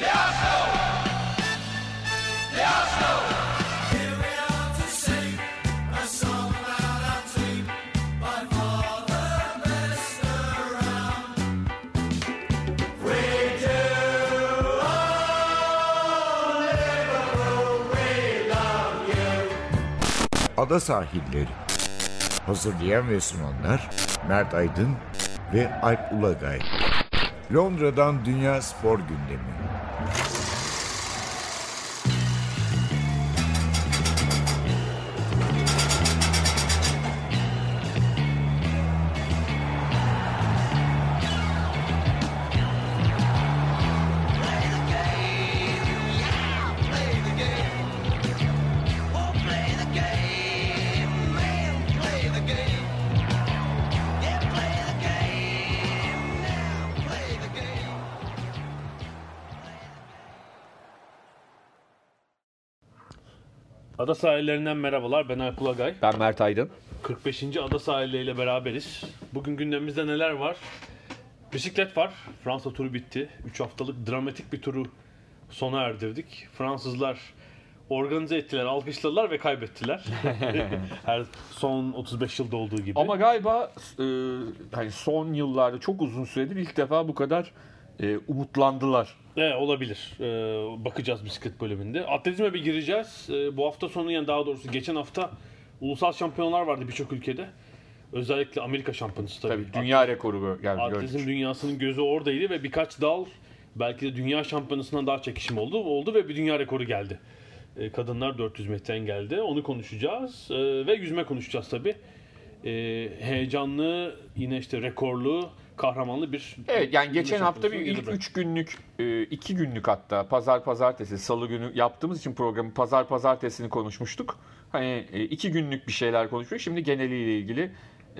Ada Sahilleri. Hazırlayan ve sunanlar Mert Aydın ve Alp Ulagay. Londra'dan Dünya Spor Gündemi. Ada sahillerinden merhabalar. Ben Alp Ulagay. Ben Mert Aydın. 45. Ada sahilleriyle beraberiz. Bugün gündemimizde neler var? Bisiklet var. Fransa turu bitti. 3 haftalık dramatik bir turu sona erdirdik. Fransızlar organize ettiler, alkışladılar ve kaybettiler. Her son 35 yılda olduğu gibi. Ama galiba hani son yıllarda çok uzun süredir ilk defa bu kadar umutlandılar. Olabilir. Bakacağız bisiklet bölümünde. Atletizme bir gireceğiz. Bu hafta sonu, yani daha doğrusu geçen hafta ulusal şampiyonlar vardı birçok ülkede. Özellikle Amerika şampiyonası tabii. Dünya rekoru geldi. Atletizm dünyasının gözü oradaydı ve birkaç dal belki de dünya şampiyonasından daha çekişim oldu ve bir dünya rekoru geldi. Kadınlar 400 metre engelde. Onu konuşacağız. Ve yüzme konuşacağız tabii. Heyecanlı, yine işte rekorlu, kahramanlı bir... Evet, yani geçen hafta bir ilk 3 günlük, 2 günlük hatta pazartesi, salı günü yaptığımız için programı pazartesini konuşmuştuk. Hani 2 günlük bir şeyler konuşuyoruz. Şimdi geneliyle ilgili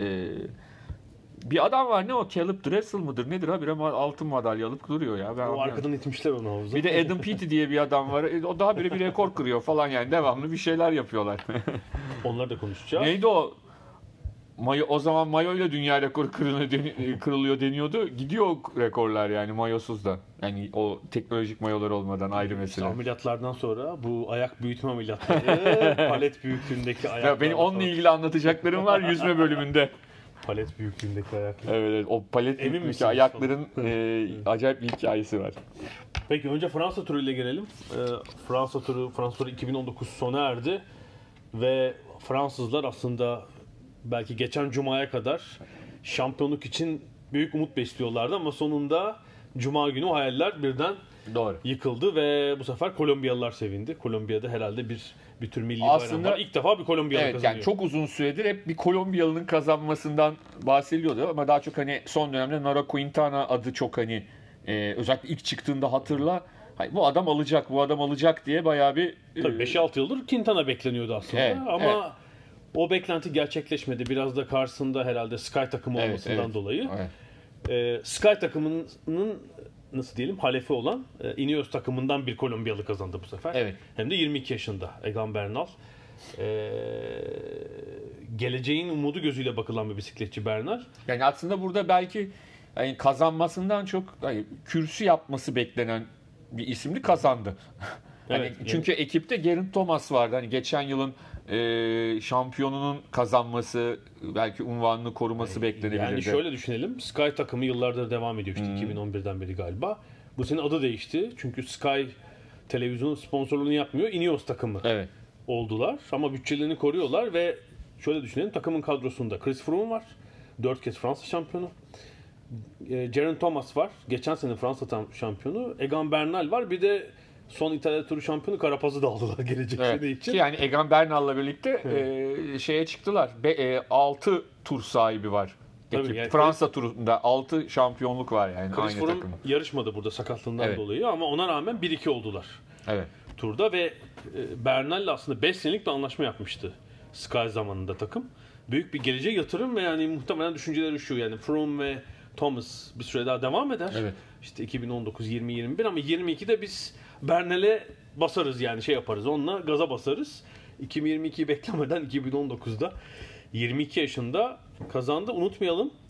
bir adam var, ne o? Caleb Dressel mıdır nedir? Habire altın madalya alıp duruyor ya. O arkadan itmişler onu havuza. Bir de Adam Peaty diye bir adam var. O daha bir rekor kırıyor falan, yani devamlı bir şeyler yapıyorlar. Onları da konuşacağız. Neydi o? O zaman mayoyla dünya rekoru kırılıyor deniyordu. Gidiyor rekorlar yani mayosuz da. Yani o teknolojik mayolar olmadan ayrı mesele. Ameliyatlardan sonra bu ayak büyütme ameliyatları, palet büyüklüğündeki ayaklar. Benim onunla ilgili anlatacaklarım var yüzme bölümünde. Palet büyüklüğündeki ayaklar. Evet, o palet büyüklüğündeki ayakların acayip bir hikayesi var. Peki önce Fransa turu ile gelelim. Fransa turu 2019 sona erdi ve Fransızlar aslında belki geçen Cuma'ya kadar şampiyonluk için büyük umut besliyorlardı ama sonunda Cuma günü o hayaller birden yıkıldı ve bu sefer Kolombiyalılar sevindi. Kolombiya'da herhalde bir tür milli bayram var. İlk defa bir Kolombiyalı kazanıyor. Yani çok uzun süredir hep bir Kolombiyalı'nın kazanmasından bahsediliyordu ama daha çok hani son dönemde Nara Quintana adı çok hani özellikle ilk çıktığında hatırla. Bu adam alacak diye bayağı bir... Tabii 5-6 yıldır Quintana bekleniyordu aslında ama... O beklenti gerçekleşmedi. Biraz da karşısında herhalde Sky takımı olmasından dolayı. Evet. Sky takımının nasıl diyelim halefi olan Ineos takımından bir Kolombiyalı kazandı bu sefer. Evet. Hem de 22 yaşında Egan Bernal. Geleceğin umudu gözüyle bakılan bir bisikletçi Bernal. Yani aslında burada belki yani kazanmasından çok kürsü yapması beklenen bir isimdi, kazandı. Çünkü ekipte Geraint Thomas vardı. Hani geçen yılın şampiyonunun kazanması, belki unvanını koruması beklenebilirdi. Yani şöyle düşünelim. Sky takımı yıllardır devam ediyor işte 2011'den beri galiba. Bu sene adı değişti. Çünkü Sky televizyon sponsorluğunu yapmıyor. Ineos takımı oldular. Ama bütçelerini koruyorlar ve şöyle düşünelim. Takımın kadrosunda Chris Froome var. 4 kez Fransa şampiyonu. Geraint Thomas var. Geçen sene Fransa şampiyonu. Egan Bernal var. Bir de son İtalya turu şampiyonu Carapaz'ı da aldılar gelecek sene için. Yani Egan Bernal'la birlikte şeye çıktılar. 6 tur sahibi var. Yani Fransa turunda 6 şampiyonluk var yani. Chris Froome yarışmadı burada sakatlığından dolayı ama ona rağmen 1-2 oldular. Turda ve Bernal'le aslında 5 senelik bir anlaşma yapmıştı Sky zamanında takım. Büyük bir geleceğe yatırım ve yani muhtemelen düşünceleri şu, yani Froome ve Thomas bir süre daha devam eder. İşte 2019, 2021 ama 22'de biz Bernal'e basarız, yani yaparız, onunla gaza basarız. 2022'yi beklemeden 2019'da 22 yaşında kazandı. Unutmayalım,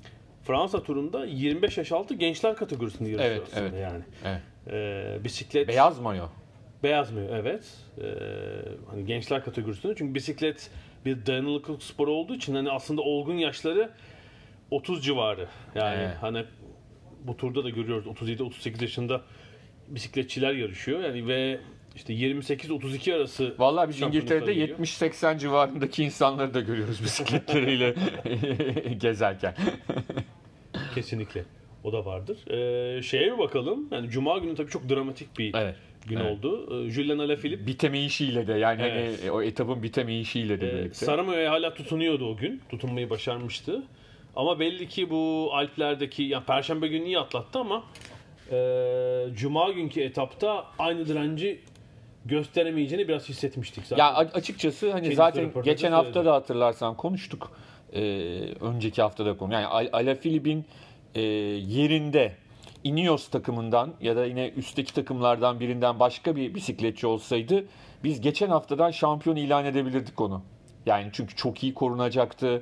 Fransa turunda 25 yaş altı gençler kategorisinde yarışıyor aslında yani. Evet. Bisiklet Beyaz mayo. Beyaz mı? Evet. Hani gençler kategorisinde. Çünkü bisiklet bir dayanıklılık sporu olduğu için hani aslında olgun yaşları 30 civarı. Yani hani bu turda da görüyoruz 37-38 yaşında bisikletçiler yarışıyor. Yani ve işte 28-32 arası. Vallahi biz İngiltere'de 70-80 civarındaki insanları da görüyoruz bisikletleriyle gezerken. Kesinlikle. O da vardır. Şeye bir bakalım. Yani Cuma günü tabii çok dramatik bir gün oldu. Julian Alaphilippe bitemeyişiyle de yani hani o etapın bitemeyişiyle de birlikte. Saramago'ya hala tutunuyordu o gün. Tutunmayı başarmıştı. Ama belli ki bu Alplerdeki yani Perşembe günü iyi atlattı ama Cuma günkü etapta aynı direnci gösteremeyeceğini biraz hissetmiştik zaten. Ya açıkçası hani zaten geçen hafta da hatırlarsan konuştuk. Önceki hafta da konuştuk. Yani Alaphilippe'in yerinde Ineos takımından ya da yine üstteki takımlardan birinden başka bir bisikletçi olsaydı biz geçen haftadan şampiyon ilan edebilirdik onu. Yani çünkü çok iyi korunacaktı.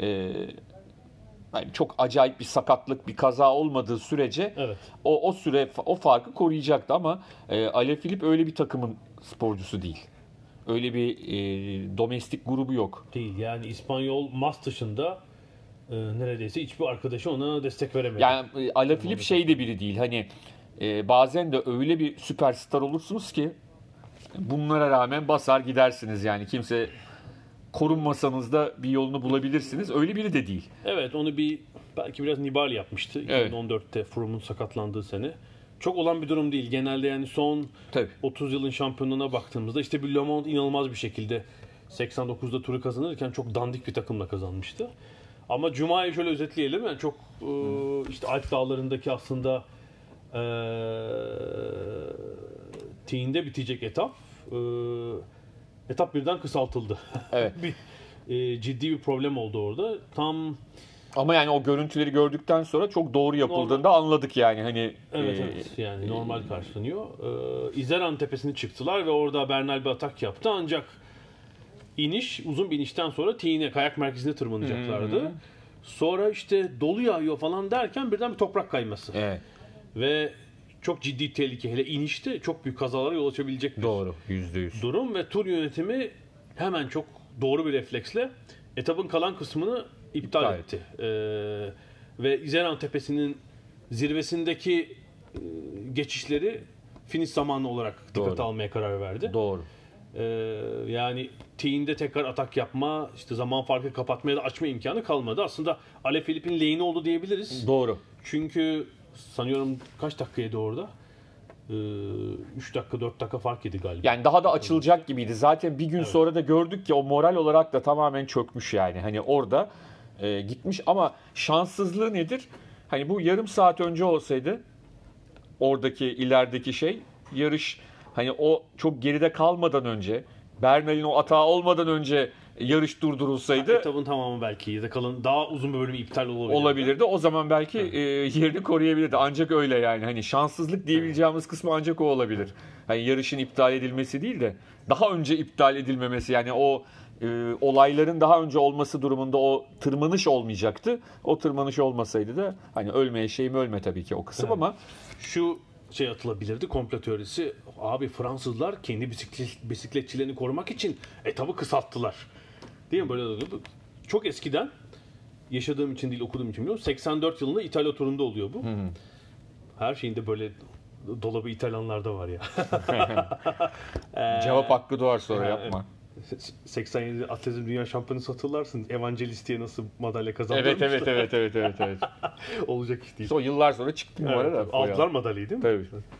Yani çok acayip bir sakatlık, bir kaza olmadığı sürece o süre o farkı koruyacaktı ama Alaphilippe öyle bir takımın sporcusu değil. Öyle bir domestik grubu yok. Değil. Yani İspanyol Mas dışında neredeyse hiçbir arkadaşı ona destek veremedi. Yani Alaphilippe şey de biri değil. Hani bazen de öyle bir süperstar olursunuz ki bunlara rağmen basar gidersiniz yani. Kimse korunmasanız da bir yolunu bulabilirsiniz. Öyle biri de değil. Evet, onu belki biraz Nibali yapmıştı. 2014'te Froome'un sakatlandığı sene. Çok olan bir durum değil. Genelde yani son 30 yılın şampiyonluğuna baktığımızda işte bir Le Monde inanılmaz bir şekilde 89'da turu kazanırken çok dandik bir takımla kazanmıştı. Ama Cuma'yı şöyle özetleyelim. Yani çok işte Alp dağlarındaki aslında Tigne'de bitecek etap. Etap birden kısaltıldı. Evet. Ciddi bir problem oldu orada. Ama yani o görüntüleri gördükten sonra çok doğru yapıldığında anladık yani hani. Evet. Yani normal karşılanıyor. İzeran tepesine çıktılar ve orada Bernal bir atak yaptı ancak uzun bir inişten sonra Tigne kayak merkezine tırmanacaklardı. Sonra işte dolu yağıyor falan derken birden bir toprak kayması. Evet. Ve çok ciddi tehlike. Hele inişte çok büyük kazalara yol açabilecek bir %100 durum ve tur yönetimi hemen çok doğru bir refleksle etapın kalan kısmını iptal etti. Ve İzeran Tepesi'nin zirvesindeki geçişleri finish zamanı olarak dikkate almaya karar verdi. Doğru. Yani Tigne'de tekrar atak yapma, işte zaman farkı kapatmaya da açma imkanı kalmadı. Aslında Alaphilippe'in lane'i oldu diyebiliriz. Doğru. Çünkü sanıyorum kaç dakikaydı orada? 3 dakika 4 dakika fark yedi galiba. Yani daha da açılacak gibiydi. Zaten bir gün sonra da gördük ki o moral olarak da tamamen çökmüş yani. Hani orada gitmiş ama şanssızlığı nedir? Hani bu yarım saat önce olsaydı oradaki ilerideki yarış hani o çok geride kalmadan önce Bernal'in o atağı olmadan önce yarış durdurulsaydı etapın tamamı belki ya da kalan daha uzun bir bölüm iptal olabilirdi. O zaman belki yerini koruyabilirdi. Ancak öyle yani. Hani şanssızlık diyebileceğimiz kısmı ancak o olabilir. Hani yarışın iptal edilmesi değil de daha önce iptal edilmemesi yani o olayların daha önce olması durumunda o tırmanış olmayacaktı. O tırmanış olmasaydı da hani ölme tabii ki o kısım ama şu atılabilirdi komplo teorisi. Abi Fransızlar kendi bisikletçilerini korumak için etabı kısalttılar. Değil mi? Böyle çok eskiden yaşadığım için değil okuduğum için biliyorum. 84 yılında İtalya turunda oluyor bu. Her şeyinde böyle dolabı İtalyanlarda var ya. Cevap hakkı doğar sonra yapma. 87 atletizm dünya şampiyonu hatırlarsınız. Evangelisti'ye nasıl madalya kazandırmıştı. Evet. Olacak iş değil. O yıllar sonra çıktı numara da. Aldılar madalyayı değil mi?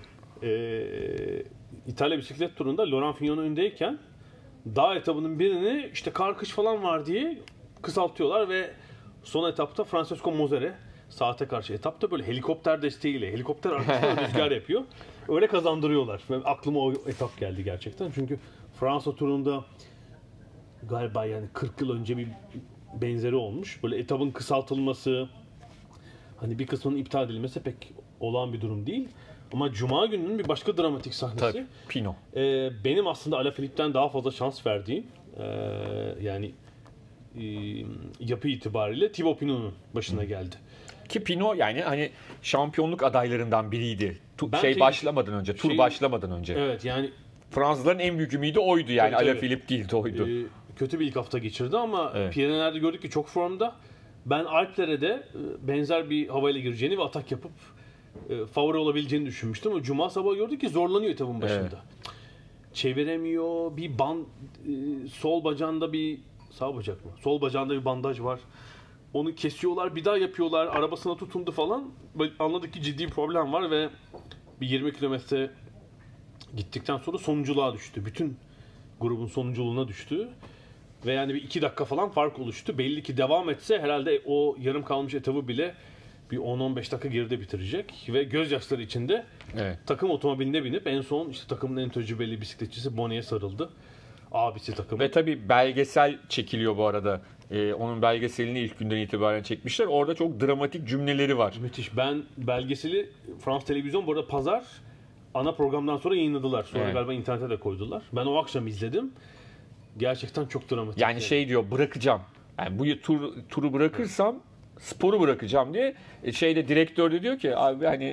Tabii. İtalya bisiklet turunda Laurent Fignon öndeyken dağ etabının birini işte kar kış falan var diye kısaltıyorlar ve son etapta Francesco Moser'e saate karşı etapta böyle helikopter desteğiyle helikopter arkasında rüzgar yapıyor. Öyle kazandırıyorlar. Ve aklıma o etap geldi gerçekten. Çünkü Fransa turunda galiba yani 40 yıl önce bir benzeri olmuş. Böyle etapın kısaltılması, hani bir kısmının iptal edilmesi pek olağan bir durum değil. Ama Cuma gününün bir başka dramatik sahnesi. Tabii, Pinot. Benim aslında Alaphilippe'den daha fazla şans verdiğim yani yapı itibariyle Thibaut Pinot'un başına geldi. Ki Pino yani hani şampiyonluk adaylarından biriydi. Bence- Başlamadan önce, tur başlamadan önce. Evet yani Fransızların en büyük ümidi oydu yani. Tabii, tabii. Alaphilippe değildi, oydu. kötü bir ilk hafta geçirdi ama Evet. Pyrenee'lerde gördük ki çok formda. Ben Alplere de benzer bir havayla gireceğini ve atak yapıp favori olabileceğini düşünmüştüm ama Cuma sabahı gördük ki zorlanıyor etabın başında. Evet. Çeviremiyor. Bir sol bacağında sağ bacak mı? Sol bacağında bir bandaj var. Onu kesiyorlar, bir daha yapıyorlar. Arabasına tutundu falan. Böyle anladık ki ciddi bir problem var ve bir 20 kilometre gittikten sonra sonunculuğa düştü. Bütün grubun sonunculuğuna düştü. Ve yani bir 2 dakika falan fark oluştu. Belli ki devam etse herhalde o yarım kalmış etabı bile bir 10-15 dakika geride bitirecek. Ve gözyaşları içinde takım otomobiline binip en son işte takımın en tecrübeli bisikletçisi Bonnet'e sarıldı. Abisi takımı. Ve tabii belgesel çekiliyor bu arada. Onun belgeselini ilk günden itibaren çekmişler. Orada çok dramatik cümleleri var. Müthiş. Ben belgeseli Frans Televizyon bu arada pazar ana programdan sonra yayınladılar. Sonra galiba internete de koydular. Ben o akşam izledim. Gerçekten çok dramatik. Yani şey diyor, bırakacağım. Yani bu turu bırakırsam sporu bırakacağım diye. Direktör de diyor ki abi hani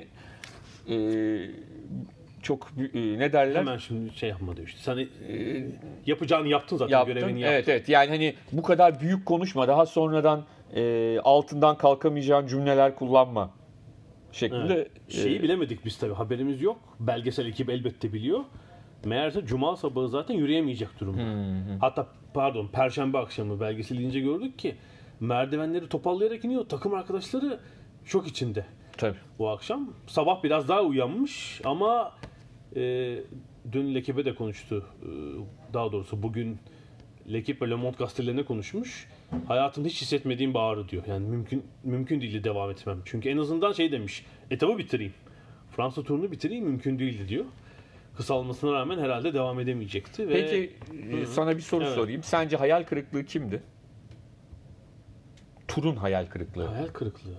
çok ne derler? Hemen şimdi şey yapma diyor işte. Sen yapacağını yaptın zaten, görevini yaptın. Evet. Yani hani bu kadar büyük konuşma. Daha sonradan altından kalkamayacağın cümleler kullanma şeklinde. Evet. Şeyi bilemedik biz tabii. Haberimiz yok. Belgesel ekip elbette biliyor. Meğerse Cuma sabahı zaten yürüyemeyecek durumda. Hatta Perşembe akşamı belgesel ince gördük ki merdivenleri topallayarak iniyor. Takım arkadaşları şok içinde. Tabii. Bu akşam. Sabah biraz daha uyanmış ama dün L'Equipe de konuştu. Daha doğrusu bugün L'Equipe ve Le Monde gazetelerine konuşmuş. Hayatımda hiç hissetmediğim bir ağrı diyor. Yani mümkün değildi devam etmem. Çünkü en azından şey demiş. Etabı bitireyim. Fransa turunu bitireyim, mümkün değildi diyor. Kısalmasına rağmen herhalde devam edemeyecekti. Peki sana bir soru sorayım. Sence hayal kırıklığı kimdi? Turun hayal kırıklığı. Hayal kırıklığı.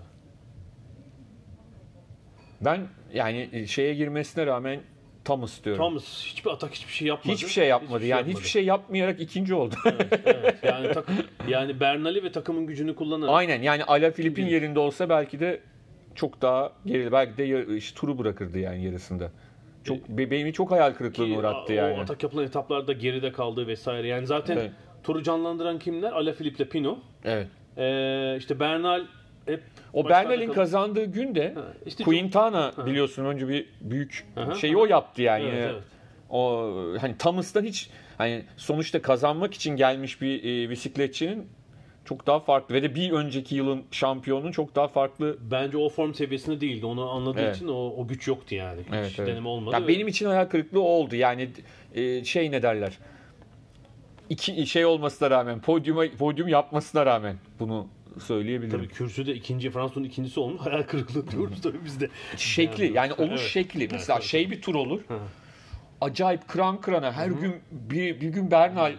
Ben yani şeye girmesine rağmen Thomas diyorum. Thomas hiçbir atak, hiçbir şey yapmadı. Hiçbir şey yapmadı. Hiçbir şey yapmayarak ikinci oldu. Evet. Yani Bernali ve takımın gücünü kullanarak. Aynen. Yani Alaphilippe'in yerinde olsa belki de çok daha geride. Belki de turu bırakırdı yani yarısında. Beni çok hayal kırıklığına uğrattı yani. O atak yapılan etaplarda geride kaldığı vesaire. Yani zaten turu canlandıran kimler? Alaphilippe ile Pinot. Evet. İşte Bernal hep o Bernal'in kazandığı gün de Quintana biliyorsun önce bir büyük şeyi o yaptı yani. Evet. O hani Thomas'tan hiç hani sonuçta kazanmak için gelmiş bir bisikletçinin çok daha farklı ve de bir önceki yılın şampiyonunun çok daha farklı. Bence o form seviyesinde değildi. Onu anladığı için o güç yoktu yani. Hiç deneme olmadı. Ya benim için hayal kırıklığı oldu. Yani ne derler? İki olmasına rağmen podyum yapmasına rağmen bunu söyleyebilirim. Tabii kürsüde Fransa'nın ikincisi olmuş. Hayal kırıklığı diyoruz tabii biz de. Şekli yani oluş şekli. Mesela bir tur olur. Acayip kıran her gün bir gün Bernal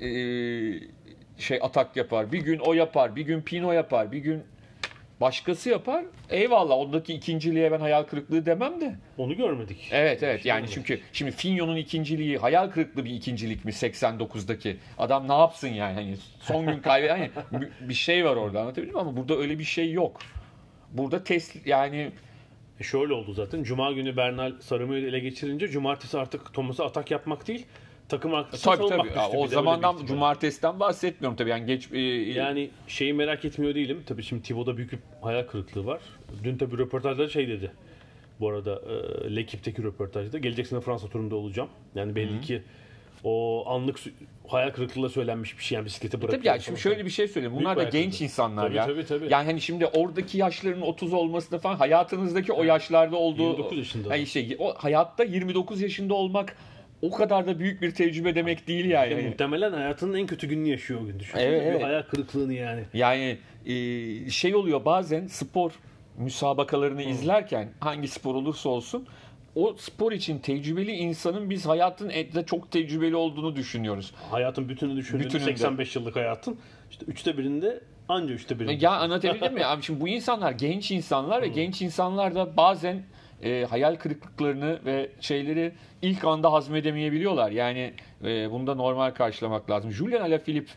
atak yapar. Bir gün o yapar. Bir gün Pinot yapar. Bir gün başkası yapar. Eyvallah ondaki ikinciliğe ben hayal kırıklığı demem de. Onu görmedik. Evet yani çünkü şimdi Fignon'un ikinciliği hayal kırıklığı bir ikincilik mi 89'daki? Adam ne yapsın yani? Hani son gün hani bir şey var orada, anlatabiliyor muyum? Ama burada öyle bir şey yok. Burada yani şöyle oldu zaten. Cuma günü Bernal Sarımı'yı ele geçirince cumartesi artık Thomas'a atak yapmak değil, takım arkasına savunmak düştü. O zamandan cumartesiden bahsetmiyorum tabii. Yani yani şeyi merak etmiyor değilim. Tabii şimdi Thibaut'da büyük bir hayal kırıklığı var. Dün tabii röportajda dedi. Bu arada L'Equipe'deki röportajda gelecek sene Fransa turunda olacağım. Yani belli ki o anlık hayal kırıklığıyla söylenmiş bir şey. Yani bisikleti bırakıyor. Tabii ya şimdi şöyle bir şey söyleyeyim. Bunlar da genç insanlar ya. Tabii. Yani hani şimdi oradaki yaşların 30 olmasında falan hayatınızdaki o yaşlarda olduğu 29 yaşında. Yani o hayatta 29 yaşında olmak o kadar da büyük bir tecrübe demek değil yani. Muhtemelen hayatının en kötü gününü yaşıyor o gün. Evet. Hayal kırıklığını yani. Yani oluyor bazen spor müsabakalarını izlerken hangi spor olursa olsun o spor için tecrübeli insanın biz hayatın çok tecrübeli olduğunu düşünüyoruz. Hayatın bütününü düşündüğünde 85 yıllık hayatın işte 3'te birinde. Ya anlatabildim mi? Abi şimdi bu insanlar genç insanlar ve genç insanlar da bazen hayal kırıklıklarını ve şeyleri ilk anda hazmedemeyebiliyorlar. Yani bunu da normal karşılamak lazım. Julian Alaphilippe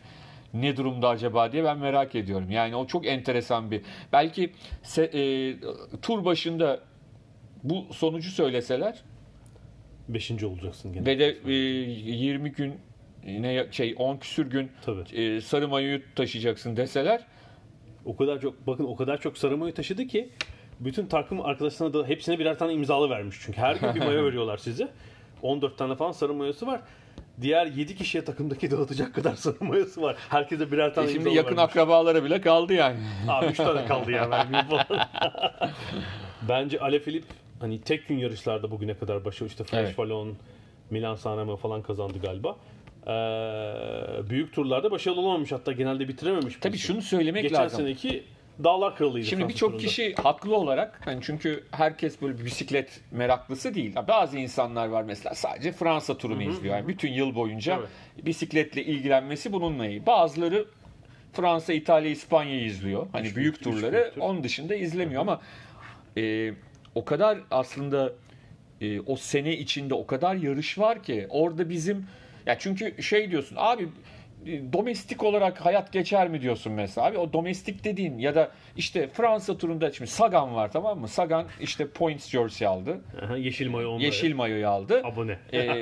ne durumda acaba diye ben merak ediyorum. Yani o çok enteresan bir. Belki tur başında bu sonucu söyleseler 5. olacaksın gene. ve de 20 gün 10 küsür gün sarı mayoyu taşıyacaksın deseler, o kadar çok sarı mayo taşıdı ki bütün takım arkadaşlarına da hepsine birer tane imzalı vermiş. Çünkü her gün bir mayo veriyorlar size. 14 tane falan sarı mayosu var. Diğer 7 kişiye takımdaki dağıtacak kadar sarı mayosu var. Herkese birer tane imzalı şimdi yakın vermiş. akrabalara bile kaldı yani. Abi 3 tane kaldı ya vermeyeyim falan. Bence Alaphilippe hani tek gün yarışlarda bugüne kadar başarılı. İşte Flash Wallon, Milan Sanremo falan kazandı galiba. Büyük turlarda başarılı olamamış, hatta genelde bitirememiş. Tabii şunu söylemek Geçen lazım. seneki Dağlar Kralı'ydı. Şimdi birçok kişi haklı olarak, hani çünkü herkes böyle bir bisiklet meraklısı değil. Bazı insanlar var mesela sadece Fransa turunu izliyor. Yani bütün yıl boyunca bisikletle ilgilenmesi bununla iyi. Bazıları Fransa, İtalya, İspanya'yı izliyor. Hani büyük turları onun dışında izlemiyor ama o kadar aslında o sene içinde o kadar yarış var ki orada bizim, ya çünkü şey diyorsun abi, domestik olarak hayat geçer mi diyorsun mesela. Abi o domestik dediğin ya da işte Fransa turunda şimdi Sagan var, tamam mı? Sagan işte Points jersey aldı. Yeşil mayoyu aldı. Abone.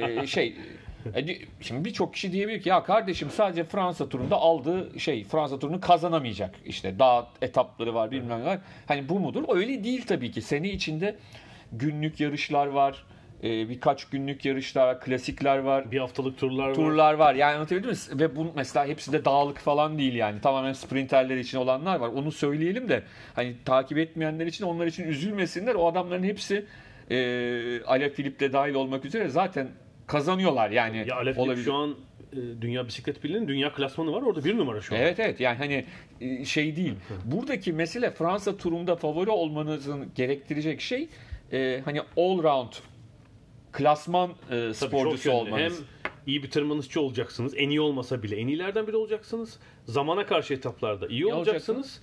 Şimdi birçok kişi diyebilir ki ya kardeşim sadece Fransa turunda aldığı Fransa turunu kazanamayacak. İşte dağ etapları var, bilmem ne var. Hani bu mudur? Öyle değil tabii ki. Sene içinde günlük yarışlar var. Birkaç günlük yarışlar var, klasikler var. Bir haftalık turlar var. Yani anlatabildim mi? Ve bu mesela hepsi de dağlık falan değil yani. Tamamen sprinterler için olanlar var. Onu söyleyelim de hani takip etmeyenler için, onlar için üzülmesinler. O adamların hepsi Alaphilippe de dahil olmak üzere zaten kazanıyorlar yani. Ya Alaphilippe şu an Dünya Bisiklet Birliği'nin dünya klasmanı var. Orada 1 numara şu an. Evet yani hani şey değil. Buradaki mesele Fransa turunda favori olmanızın gerektirecek şey hani all round klasman sporcusu olmanız. Hem iyi bir tırmanışçı olacaksınız. En iyi olmasa bile en iyilerden biri olacaksınız. Zamana karşı etaplarda iyi olacaksınız.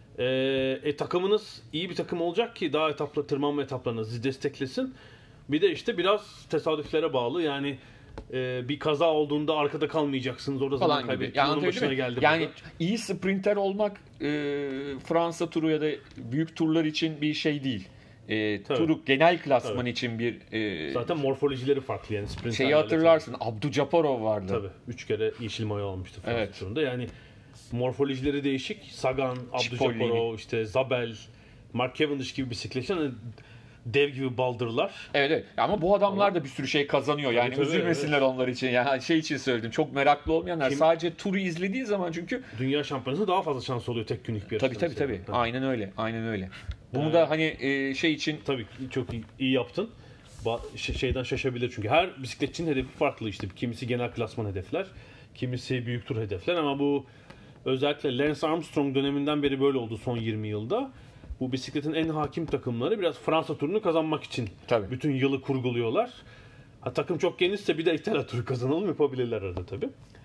Takımınız iyi bir takım olacak ki dağ etapla tırmanma etaplarını sizi desteklesin. Bir de işte biraz tesadüflere bağlı. Yani bir kaza olduğunda arkada kalmayacaksınız. Orada zaman kaybettiğinin başına geldi. Yani iyi sprinter olmak Fransa turu ya da büyük turlar için bir şey değil. Turu genel klasman için bir zaten morfolojileri farklı yani sprinterlerle. Şeyi hatırlarsın, Abdujaparov vardı. Tabii 3 kere yeşil mayo almıştı Fransa turunda. Yani morfolojileri değişik. Sagan, Abdujaparov, işte Zabel, Mark Cavendish gibi bisikletçiler hani dev gibi baldırlar. Evet. Ama bu adamlar da bir sürü şey kazanıyor. Yani üzülmesinler onlar için. Yani şey için söyledim. Çok meraklı olmayanlar sadece turu izlediği zaman çünkü dünya şampiyonasında daha fazla şans oluyor tek günlük bir yarışta. Tabii. Aynen öyle. Bunu da hani şey için tabii çok iyi yaptın. Şeyden şaşabilir çünkü her bisikletçinin hedefi farklı işte. Kimisi genel klasman hedefler, kimisi büyük tur hedefler ama bu özellikle Lance Armstrong döneminden beri böyle oldu son 20 yılda. Bu bisikletin en hakim takımları biraz Fransa turunu kazanmak için bütün yılı kurguluyorlar. Takım çok genişse bir de İtalya turu kazanalım yapabilirler arada tabii.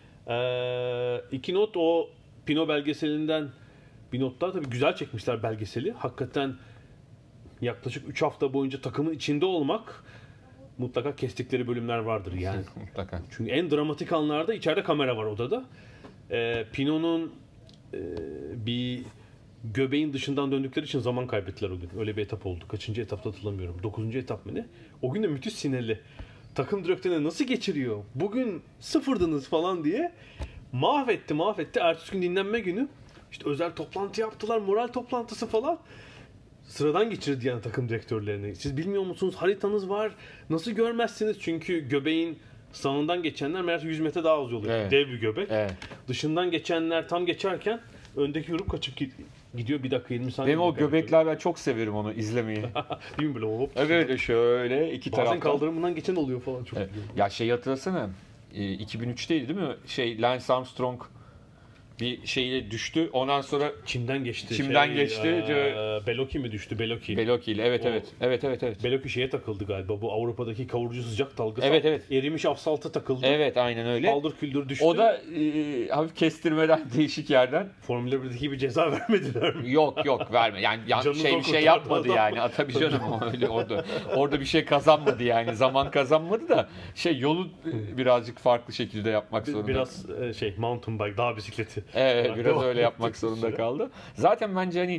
2 not o Pinot belgeselinden bir not daha tabii güzel çekmişler belgeseli. Hakikaten yaklaşık 3 hafta boyunca takımın içinde olmak, mutlaka kestikleri bölümler vardır yani. Mutlaka. Çünkü en dramatik anlarda içeride kamera var odada. Pinot'un bir göbeğin dışından döndükleri için zaman kaybettiler o gün. Öyle bir etap oldu. Kaçıncı etapta hatırlamıyorum. 9. etap mı ne? O gün de müthiş sinirli. Takım direktörüne nasıl geçiriyor? Bugün sıfırdınız falan diye. Mahvetti. Ertesi gün dinlenme günü. İşte özel toplantı yaptılar. Moral toplantısı falan. Sıradan geçirdi yani takım direktörlerini. Siz bilmiyor musunuz? Haritanız var. Nasıl görmezsiniz? Çünkü göbeğin sağından geçenler meğerse 100 metre daha az yol yapıyor. Dev bir göbek. Dışından geçenler tam geçerken öndeki grup kaçıp gidiyor 1 dakika 20 saniye. Benim o göbekler, ben çok severim onu izlemeyi. Değil mi böyle hop? Evet şöyle iki taraftan. Bazen kaldırımından geçen oluyor falan çok. Ya şey hatırlasana 2003'teydi değil mi? Lance Armstrong bir şeye düştü. Ondan sonra Çimden geçti. Beloki mi düştü? Beloki ile. Evet. Beloki şeye takıldı galiba. Bu Avrupa'daki kavurucu sıcak dalgası. Evet. Erimiş asfalta takıldı. Evet, aynen öyle. Paldır küldür düştü. O da hafif kestirmeden değişik yerden. Formula 1'deki bir ceza vermediler mi? Yok verme. Yani bir şey yapmadı yani. Tabii canım öyle orada bir şey kazanmadı yani. Zaman kazanmadı da yolu birazcık farklı şekilde yapmak zorunda. Biraz mountain bike, dağ bisikleti. Evet, biraz öyle yapmak zorunda kaldı. Zaten bence hani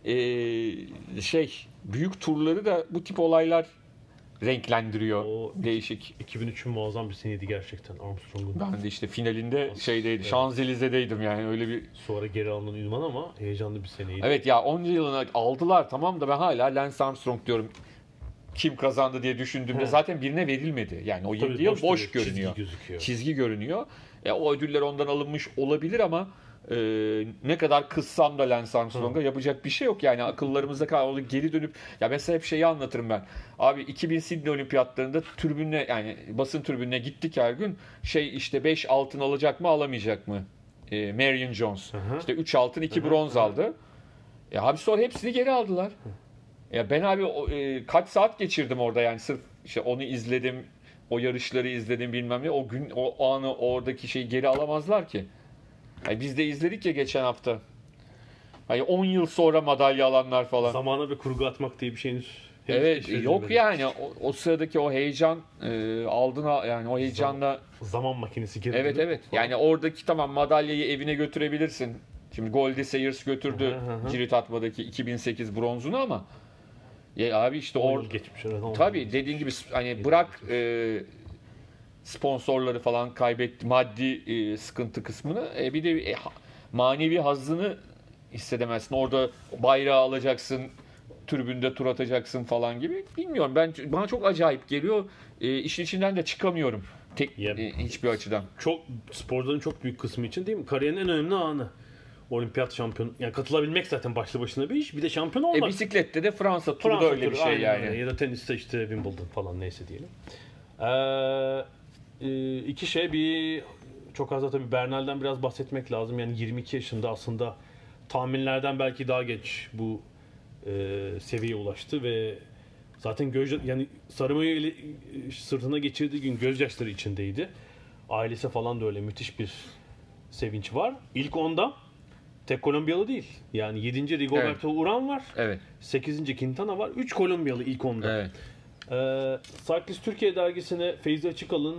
büyük turları da bu tip olaylar renklendiriyor. O değişik. 2003'ün muazzam bir seneydi gerçekten Armstrong'un. Ben de işte finalinde şeydeydi. Evet. Şanzelize'deydim yani öyle bir. Sonra geri alınan ünvan ama heyecanlı bir seneydi. Evet ya, onca yılını aldılar tamam da ben hala Lance Armstrong diyorum. Kim kazandı diye düşündüğümde zaten birine verilmedi. Yani o 7 yıl boş görünüyor. Çizgi görünüyor. O ödüller ondan alınmış olabilir ama ne kadar kızsam da Lance Armstrong'a yapacak bir şey yok. Yani akıllarımızda kaldı, geri dönüp ya mesela hep şeyi anlatırım ben. Abi 2000 Sydney Olimpiyatlarında tribününe, yani basın tribününe gittik her gün. İşte 5 altın alacak mı alamayacak mı? Marion Jones. İşte 3 altın 2 bronz aldı. Abi sonra hepsini geri aldılar. Ya ben abi kaç saat geçirdim orada, yani sırf işte onu izledim, o yarışları izledim bilmem ne. O gün o anı, oradaki şeyi geri alamazlar ki. Yani biz de izledik ya geçen hafta. Hani 10 yıl sonra madalya alanlar falan. Zamana bir kurgu atmak diye bir şeyiniz. Evet, yok yani o sıradaki o heyecan yani o heyecanla zaman makinesi geri. Evet. Yani oradaki tamam, madalyayı evine götürebilirsin. Şimdi Goldie Sayers götürdü cirit atmadaki 2008 bronzunu ama ya abi işte geçmiş. Tabii dediğin gibi hani bırak sponsorları falan kaybetti, maddi sıkıntı kısmını, bir de manevi hazzını hissedemezsin. Orada bayrağı alacaksın, tribünde tur atacaksın falan gibi. Bilmiyorum, bana çok acayip geliyor. İşin içinden de çıkamıyorum. Hiçbir açıdan. Sporların çok büyük kısmı için değil mi? Kariyerin en önemli anı. Olimpiyat şampiyonu. Yani katılabilmek zaten başlı başına bir iş. Bir de şampiyon olmak. Bisiklette de Fransa turu da öyle bir şey yani. Ya da teniste işte Wimbledon falan, neyse diyelim. İki şey, bir çok az da tabii Bernal'den biraz bahsetmek lazım. Yani 22 yaşında aslında tahminlerden belki daha geç bu seviyeye ulaştı ve zaten yani sarımayı sırtına geçirdiği gün gözyaşları içindeydi. Ailesi falan da öyle, müthiş bir sevinç var. İlk onda tek Kolombiyalı değil. Yani 7. Rigoberto Urán var. Evet. 8. Quintana var. 3 Kolombiyalı ilk onda. Evet. Cyclist Türkiye dergisine Feyzi Açıkalın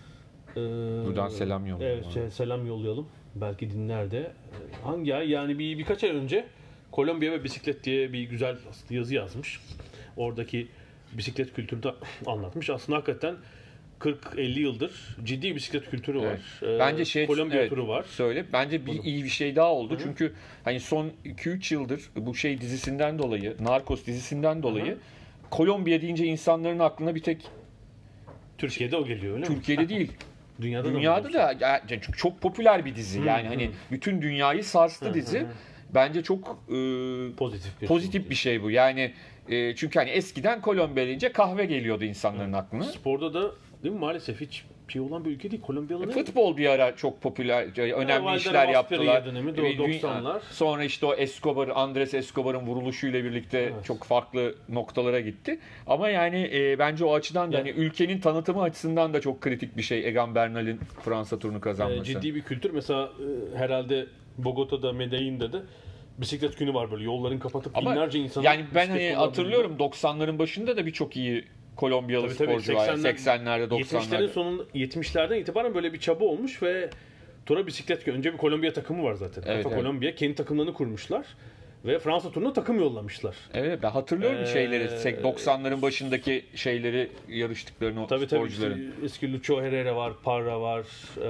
buradan selam yollayalım. Evet, selam yollayalım. Belki dinler de. Hangi ay? Yani birkaç ay önce Kolombiya ve bisiklet diye bir güzel yazı yazmış. Oradaki bisiklet kültürünü anlatmış. Aslında hakikaten 40-50 yıldır ciddi bisiklet kültürü var. Evet. Bence Kolombiya turu var. Bence iyi bir şey daha oldu. Hı-hı. Çünkü hani son 2-3 yıldır bu dizisinden dolayı, Narcos dizisinden dolayı Kolombiya deyince insanların aklına bir tek Türkiye'de o geliyor, öyle mi? Türkiye'de değil. Dünyada da çünkü çok popüler bir dizi. Yani hani bütün dünyayı sarstı dizi. Bence çok pozitif bir şey bu. Yani çünkü hani eskiden Kolombiya deyince kahve geliyordu insanların aklına. Sporda da değil mi, maalesef hiç şey olan bir ülke değil Kolombiyalı. Futbol bir ara çok popüler, önemli işler yaptılar. Dönemi, 90'lar. Sonra işte o Andres Escobar'ın vuruluşuyla birlikte çok farklı noktalara gitti. Ama yani bence o açıdan da hani ülkenin tanıtımı açısından da çok kritik bir şey Egan Bernal'in Fransa turunu kazanması. Ciddi bir kültür. Mesela herhalde Bogota'da, Medellin'de de bisiklet günü var, böyle yolların kapatıp binlerce insanın. Yani ben hani hatırlıyorum 90'ların başında da birçok iyi Kolombiyalı sporcu var. 80'lerde, 90'larda. 70'lerin sonunda, 70'lerden itibaren böyle bir çaba olmuş ve tura bisiklet günü. Önce bir Kolombiya takımı var zaten. Evet. Kolombiya kendi takımlarını kurmuşlar ve Fransa turuna takım yollamışlar. Evet, ben hatırlıyorum şeyleri. 90'ların başındaki şeyleri, yarıştıklarını o sporcuların. Tabii işte eski Lucho Herrera var, Parra var.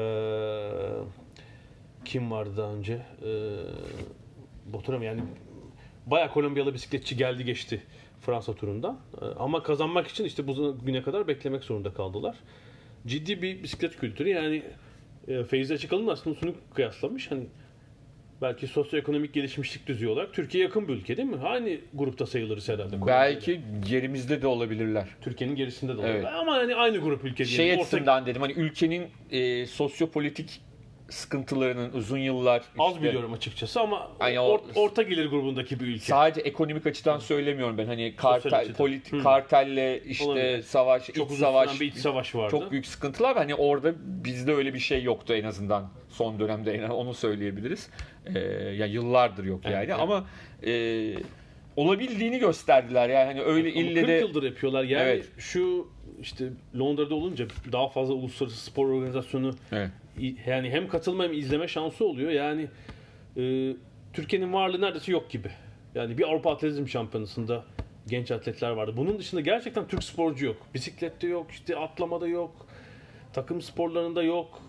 Kim vardı daha önce? Yani bayağı Kolombiyalı bisikletçi geldi geçti Fransa turundan. Ama kazanmak için işte bu güne kadar beklemek zorunda kaldılar. Ciddi bir bisiklet kültürü. Yani Feyzi Açıkalın aslında şunu kıyaslamış. Hani belki sosyoekonomik gelişmişlik düzeyi olarak Türkiye'ye yakın bir ülke değil mi? Aynı grupta sayılırız herhalde. Belki gerimizde de olabilirler. Türkiye'nin gerisinde de olabilirler. Evet. Ama hani aynı grup ülke diyelim. Açısından dedim, hani ülkenin sosyopolitik sıkıntılarının uzun yıllar az biliyorum açıkçası ama hani orta gelir grubundaki bir ülke. Sadece ekonomik açıdan söylemiyorum ben. Hani kartelle işte olabilir. Savaş, çok iç savaş vardı. Çok büyük sıkıntılar var. Hani orada bizde öyle bir şey yoktu en azından son dönemde, onu söyleyebiliriz. Yani yıllardır yok yani. Evet. Ama olabildiğini gösterdiler yani, hani öyle ille 40 yıldır yapıyorlar yani. Evet. Şu işte Londra'da olunca daha fazla uluslararası spor organizasyonu yani hem katılma hem izleme şansı oluyor. Yani Türkiye'nin varlığı neredeyse yok gibi. Yani bir Avrupa Atletizm Şampiyonası'nda genç atletler vardı. Bunun dışında gerçekten Türk sporcu yok. Bisiklette yok, işte atlamada yok, takım sporlarında yok.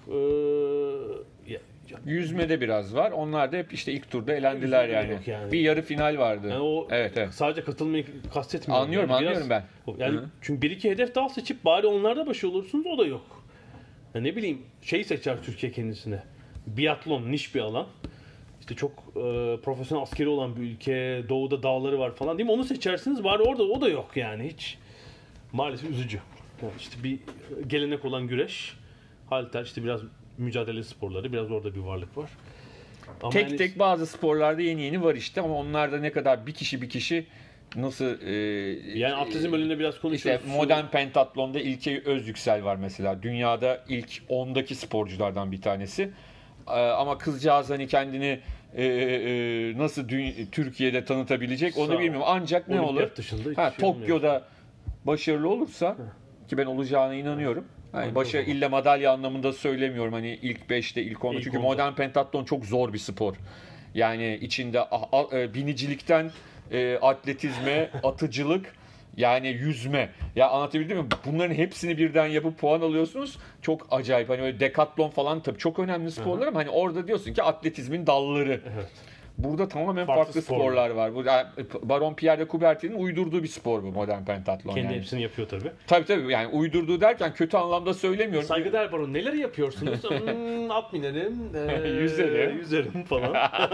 Yüzmede biraz var. Onlar da hep işte ilk turda elendiler yani. Bir yarı final vardı. Yani o sadece katılmayı kastetmiyorum. Anlıyorum, yani anlıyorum ben. Yani çünkü bir iki hedef daha seçip bari onlarda başarılı olursunuz, o da yok. Yani ne bileyim seçer Türkiye kendisine. Biatlon niş bir alan. İşte çok profesyonel askeri olan bir ülke, doğuda dağları var falan değil mi? Onu seçersiniz, bari orada o da yok yani hiç. Maalesef üzücü. Yani işte bir gelenek olan güreş, halter, işte biraz mücadele sporları, biraz orada bir varlık var. Ama tek bazı sporlarda yeni var işte, ama onlar da ne kadar bir kişi nasıl yani atletizm bölümünde biraz konuşuyoruz. İşte modern pentatlonda İlke Özyüksel var mesela. Dünyada ilk 10'daki sporculardan bir tanesi. Ama kızcağız hani kendini nasıl Türkiye'de tanıtabilecek onu bilmiyorum. Ancak ne olur? Tokyo'da başarılı olursa, ki ben olacağına inanıyorum. Yani başarı illa madalya anlamında söylemiyorum. Hani ilk 5'te, ilk 10'da. Çünkü modern pentatlon çok zor bir spor. Yani içinde binicilikten atletizme, atıcılık, yani yüzme. Ya anlatabildim mi? Bunların hepsini birden yapıp puan alıyorsunuz. Çok acayip. Hani öyle dekatlon falan tabii çok önemli sporlar, ama hani orada diyorsun ki atletizmin dalları. Evet. Burada tamamen farklı sporlar var. Bu Baron Pierre de Coubertin'in uydurduğu bir spor bu modern pentatlon. Kendi hepsini yapıyor tabii. Tabii yani uydurduğu derken kötü anlamda söylemiyorum. Saygıdeğer Baron, neler yapıyorsunuz? At binerim, yüzerim falan.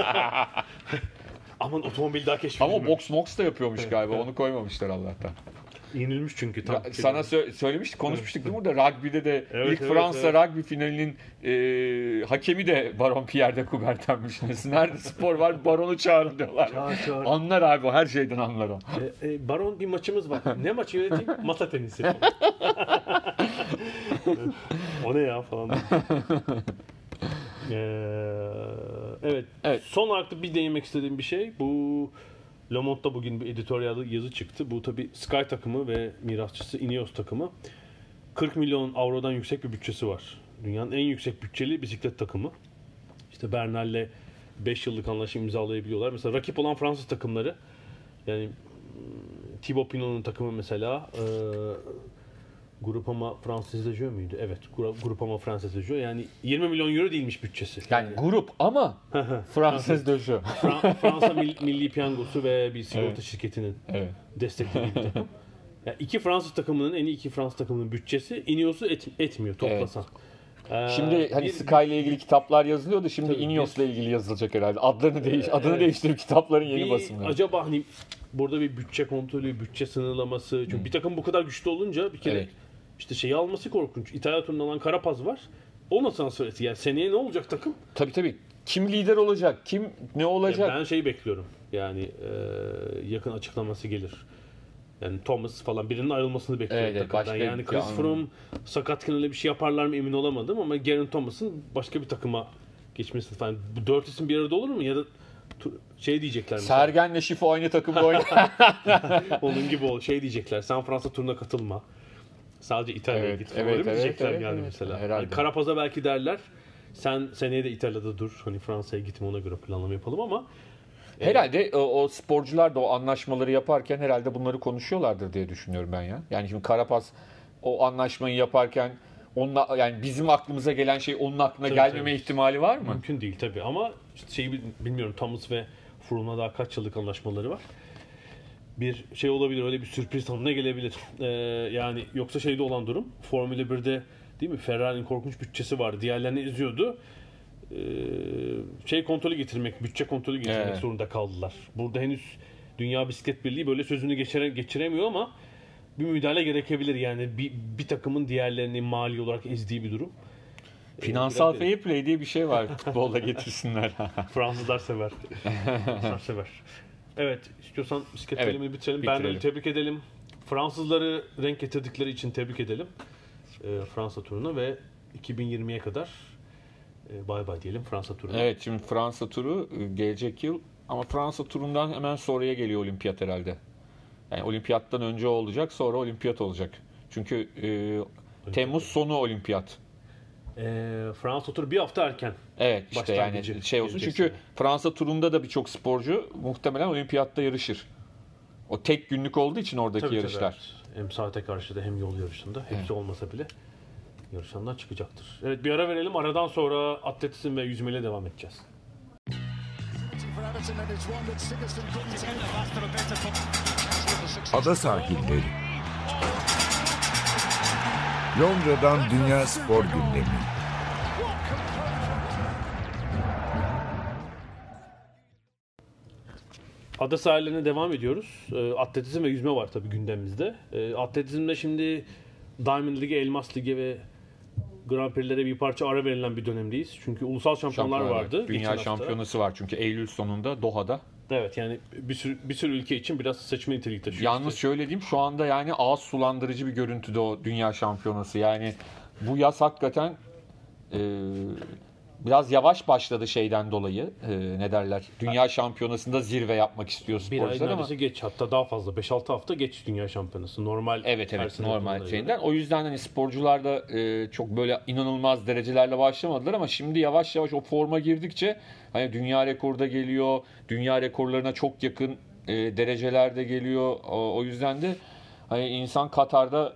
Aman otomobil daha keşfedilmiş. Ama boks da yapıyormuş galiba. Onu koymamışlar Allah'tan. Yenilmiş çünkü. Sana söylemiştik, konuşmuştuk değil mi burada? Rugby'de de ilk Fransa rugby finalinin hakemi de Baron Pierre de Coubertin'miş. Nerede spor var? Baron'u çağırın diyorlar. Çağır. Anlar abi, o her şeyden anlar o. Baron, bir maçımız var. Ne maçı yöneteyim? Masa tenisi. O ne ya falan. Evet. Son olarak da bir değinmek istediğim bir şey. Bu Le Monde'da bugün bir editoryal yazı çıktı. Bu tabii Sky takımı ve mirasçısı Ineos takımı 40 milyon avrodan yüksek bir bütçesi var. Dünyanın en yüksek bütçeli bisiklet takımı. İşte Bernal'le 5 yıllık anlaşma imzalayabiliyorlar. Mesela rakip olan Fransız takımları, yani Thibaut Pinot'un takımı mesela Groupama Française de Jeux müydü? Evet, Groupama Française de Jeux. Yani 20 milyon euro değilmiş bütçesi. Yani grup ama Française de Jeux. Fransa Milli Piyangosu ve bir sigorta şirketinin desteklediği bir takım. Yani iki Fransız takımının, en iyi iki Fransız takımının bütçesi Ineos'u etmiyor toplasan. Evet. Şimdi hani Sky ile ilgili kitaplar yazılıyordu. Şimdi Ineos'la ilgili yazılacak herhalde. Adını değiştirip kitapların yeni basımları. Acaba hani burada bir bütçe kontrolü, bütçe sınırlaması. Çünkü bir takım bu kadar güçlü olunca bir kere işte şeyi alması korkunç. İtalya turundan alan Carapaz var. O nasıl söyledi? Yani seneye ne olacak takım? Tabii. Kim lider olacak? Kim ne olacak? Ben şeyi bekliyorum. Yani yakın açıklaması gelir. Yani Thomas falan birinin ayrılmasını bekliyorum takımdan. Yani Chris Froome sakatken öyle bir şey yaparlar mı emin olamadım, ama Geraint Thomas'ın başka bir takıma geçmesi falan. Bu dört isim bir arada olur mu? Ya da şey diyecekler mesela. Sergen'le Şifo aynı takımda oynar. Onun gibi şey diyecekler. Sen Fransa turuna katılma. Sadece İtalya'ya git. Öyle mi diyecekler yani mesela. Yani Carapaz'a belki derler. Sen seneye de İtalya'da dur. Hani Fransa'ya gitme, ona göre planlama yapalım, ama herhalde o sporcular da o anlaşmaları yaparken herhalde bunları konuşuyorlardır diye düşünüyorum ben ya. Yani şimdi Carapaz o anlaşmayı yaparken onunla, yani bizim aklımıza gelen şey onun aklına gelmeme ihtimali var mı? Mümkün değil tabii, ama işte şeyi bilmiyorum, Thomas ve Froome'la daha kaç yıllık anlaşmaları var. Bir şey olabilir, öyle bir sürpriz tanımına gelebilir. Yani yoksa şeyde olan durum, Formula 1'de değil mi? Ferrari'nin korkunç bütçesi vardı. Diğerlerini eziyordu. Bütçe kontrolü getirmek zorunda kaldılar. Burada henüz Dünya Bisiklet Birliği böyle sözünü geçiremiyor, ama bir müdahale gerekebilir. Yani bir takımın diğerlerini mali olarak ezdiği bir durum. Finansal fair play diye bir şey var. Futbolda getirsinler. Fransızlar sever. Evet, istiyorsan bisiklet bölümünü bitirelim. Ben de tebrik edelim. Fransızları renk getirdikleri için tebrik edelim. Fransa turuna ve 2020'ye kadar bay bay diyelim Fransa turuna. Evet, şimdi Fransa turu gelecek yıl, ama Fransa turundan hemen sonraya geliyor olimpiyat herhalde. Yani olimpiyattan önce olacak, sonra olimpiyat olacak. Çünkü Temmuz sonu olimpiyat. Fransa turu bir hafta erken. Evet işte yani şey olsun. Çünkü Fransa turunda da birçok sporcu muhtemelen olimpiyatta yarışır. O tek günlük olduğu için oradaki yarışlar. Evet. Hem saate karşı da hem yol yarışında. Hepsi olmasa bile yarışanlar çıkacaktır. Evet, bir ara verelim. Aradan sonra atletizm ve yüzmeyle devam edeceğiz. Ada sahilleri. Londra'dan Dünya Spor Gündemi. Ada sahillerine devam ediyoruz. Atletizm ve yüzme var tabii gündemimizde. Atletizmde şimdi Diamond League, Elmas Ligi ve Grand Prix'lere bir parça ara verilen bir dönemdeyiz. Çünkü ulusal şampiyonlar vardı. Dünya şampiyonası var çünkü Eylül sonunda Doha'da. Evet, yani bir sürü ülke için biraz seçme niteliği taşıyor. Yalnız şöyle diyeyim, şu anda yani ağız sulandırıcı bir görüntüde o dünya şampiyonası. Yani bu yaz hakikaten biraz yavaş başladı şeyden dolayı. Ne derler? Dünya şampiyonasında zirve yapmak istiyor sporcular ama. Bir ay neredeyse geç, hatta daha fazla 5-6 hafta geç dünya şampiyonası. Normal. Evet normal şeyinden. O yüzden hani sporcular da çok böyle inanılmaz derecelerle başlamadılar ama şimdi yavaş yavaş o forma girdikçe hani dünya rekoru da geliyor. Dünya rekorlarına çok yakın dereceler de geliyor. O yüzden de hani insan Katar'da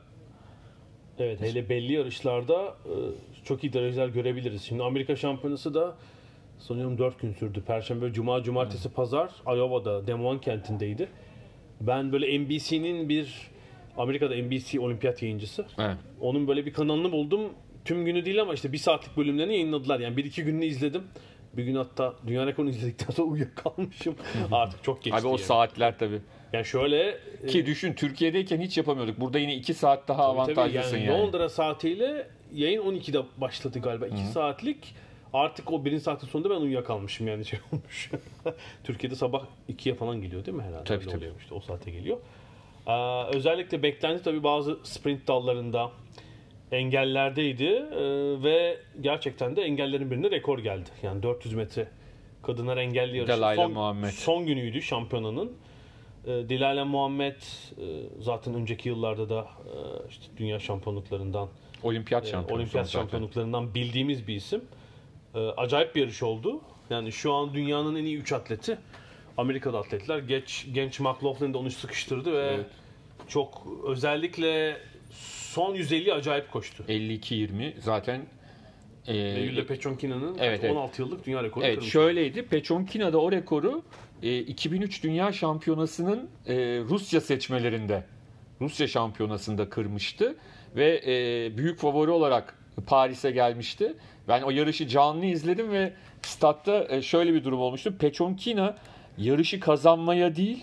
hele belli yarışlarda çok iyi dereceler görebiliriz. Şimdi Amerika şampiyonası da sanıyorum 4 gün sürdü. Perşembe, Cuma, Cumartesi, Pazar Iowa'da, Des Moines kentindeydi. Ben böyle Amerika'da NBC olimpiyat yayıncısı. Evet. Onun böyle bir kanalını buldum. Tüm günü değil ama işte 1 saatlik bölümlerini yayınladılar. Yani 1-2 gününü izledim. Bir gün hatta dünya rekorunu izledikten sonra uyuyakalmışım. Artık çok geçti. Abi o saatler tabii. Yani şöyle ki düşün, Türkiye'deyken hiç yapamıyorduk. Burada yine 2 saat daha avantajlısın yani. Londra saatiyle yayın 12'de başladı galiba. 2 saatlik. Artık o 1. saatin sonunda ben uyuyakalmışım yani şey olmuş. Türkiye'de sabah 2'ye falan geliyor değil mi herhalde? Tabii. İşte o saate geliyor. Özellikle beklenti tabii bazı sprint dallarında engellerdeydi ve gerçekten de engellerin birinde rekor geldi. Yani 400 metre kadınlar engelli yarışı son günüydü şampiyonanın. Dilayla Muhammed zaten önceki yıllarda da işte dünya şampiyonluklarından, olimpiyat şampiyonluklarından bildiğimiz bir isim. Acayip bir yarış oldu. Yani şu an dünyanın en iyi 3 atleti Amerikalı atletler. Genç McLaughlin de onu sıkıştırdı ve çok özellikle son 150 acayip koştu. 52-20 zaten. Yulia Pechonkina'nın 16 yıllık dünya rekoru kırmış. Evet, şöyleydi. Pechonkina'da o rekoru 2003 Dünya Şampiyonası'nın Rusya seçmelerinde, Rusya Şampiyonası'nda kırmıştı ve büyük favori olarak Paris'e gelmişti. Ben o yarışı canlı izledim ve statta şöyle bir durum olmuştu. Pechonkina yarışı kazanmaya değil,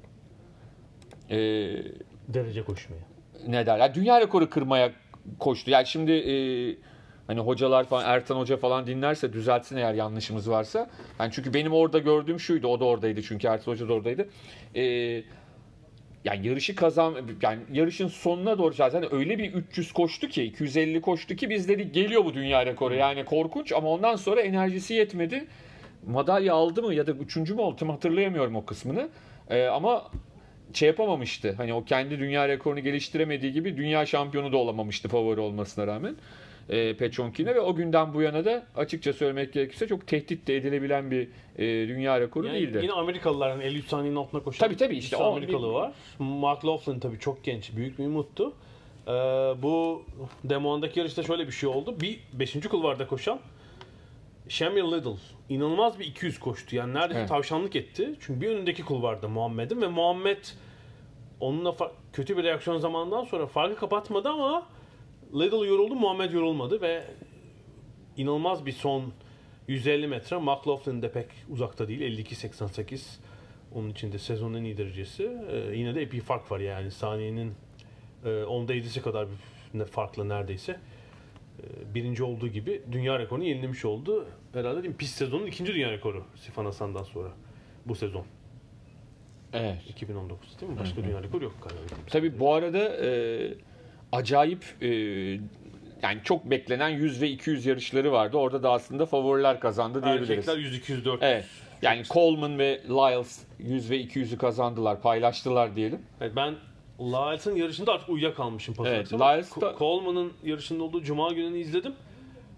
derece koşmaya. Ne derler? Yani dünya rekoru kırmaya koştu. Yani şimdi hani hocalar falan, Ertan Hoca falan dinlerse düzeltsin eğer yanlışımız varsa. Yani çünkü benim orada gördüğüm şuydu. O da oradaydı çünkü Ertan Hoca da oradaydı. Yani yani yarışın sonuna doğru zaten öyle bir 300 koştu ki, 250 koştu ki biz dedik geliyor bu dünya rekoru. Yani korkunç ama ondan sonra enerjisi yetmedi. Madalya aldı mı ya da 3. mü oldu tam hatırlayamıyorum o kısmını. Ama şey yapamamıştı. Hani o kendi dünya rekorunu geliştiremediği gibi dünya şampiyonu da olamamıştı favori olmasına rağmen. Pechonkina ve o günden bu yana da açıkça söylemek gerekirse çok tehdit de edilebilen bir dünya rekoru yani değildi. Yine Amerikalıların 53 saniyenin altına koşan tabii işte o Amerikalı var. McLaughlin tabii çok genç, büyük bir umuttu. Bu Des Moines'daki yarışta şöyle bir şey oldu. Bir 5. kulvarda koşan Samuel Liddell inanılmaz bir 200 koştu. Yani neredeyse tavşanlık etti. Çünkü bir önündeki kulvarda Muhammed'in ve Muhammed onunla kötü bir reaksiyon zamanından sonra farkı kapatmadı ama Liddell yoruldu, Muhammed yorulmadı ve inanılmaz bir son 150 metre. McLaughlin de pek uzakta değil. 52.88. Onun için de sezonun en iyi derecesi. Yine de epey fark var yani. Saniyenin 10'da 7'si kadar bir farkla neredeyse. Birinci olduğu gibi dünya rekorunu yenilemiş oldu. Herhalde değil mi? Pist sezonun 2. dünya rekoru Sifan Hasan'dan sonra bu sezon. Evet. 2019 değil mi? Başka dünya rekoru yok galiba. Tabii bu arada acayip yani çok beklenen 100 ve 200 yarışları vardı. Orada da aslında favoriler kazandı diyebiliriz. Erkekler 100, 200, 400. Evet. Yani Coleman ve Lyles 100 ve 200'ü kazandılar, paylaştılar diyelim. Evet, ben Lyles'ın yarışında artık uyuyakalmışım. Evet, Lyles da... Coleman'ın yarışında olduğu Cuma gününü izledim.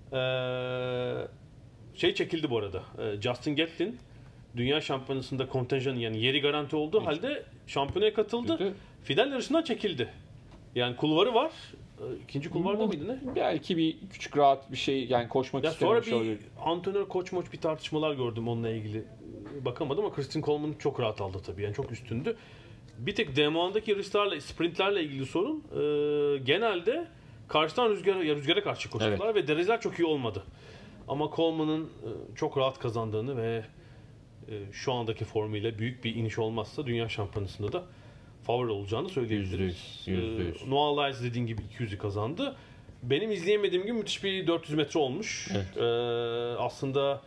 Çekildi bu arada. Justin Gatlin Dünya Şampiyonası'nda kontenjanı yani yeri garanti olduğu halde şampiyonaya katıldı. Final yarışından çekildi. Yani kulvarı var. İkinci kulvarda mıydı ne? Belki bir küçük rahat bir şey yani koşmak istememiş sonra olabilir. bir antrenör koç bir tartışmalar gördüm onunla ilgili. Bakamadım ama Christian Coleman çok rahat aldı tabii. Yani çok üstündü. Bir tek D1'daki yarışlarla, sprintlerle ilgili sorun genelde karşıdan rüzgara karşı koştular ve dereceler çok iyi olmadı. Ama Coleman'ın çok rahat kazandığını ve şu andaki formuyla büyük bir iniş olmazsa Dünya Şampiyonası'nda da favori olacağını söyleyebiliriz. %100. Noah Lyles dediğin gibi 200'ü kazandı. Benim izleyemediğim gibi müthiş bir 400 metre olmuş. Evet. Aslında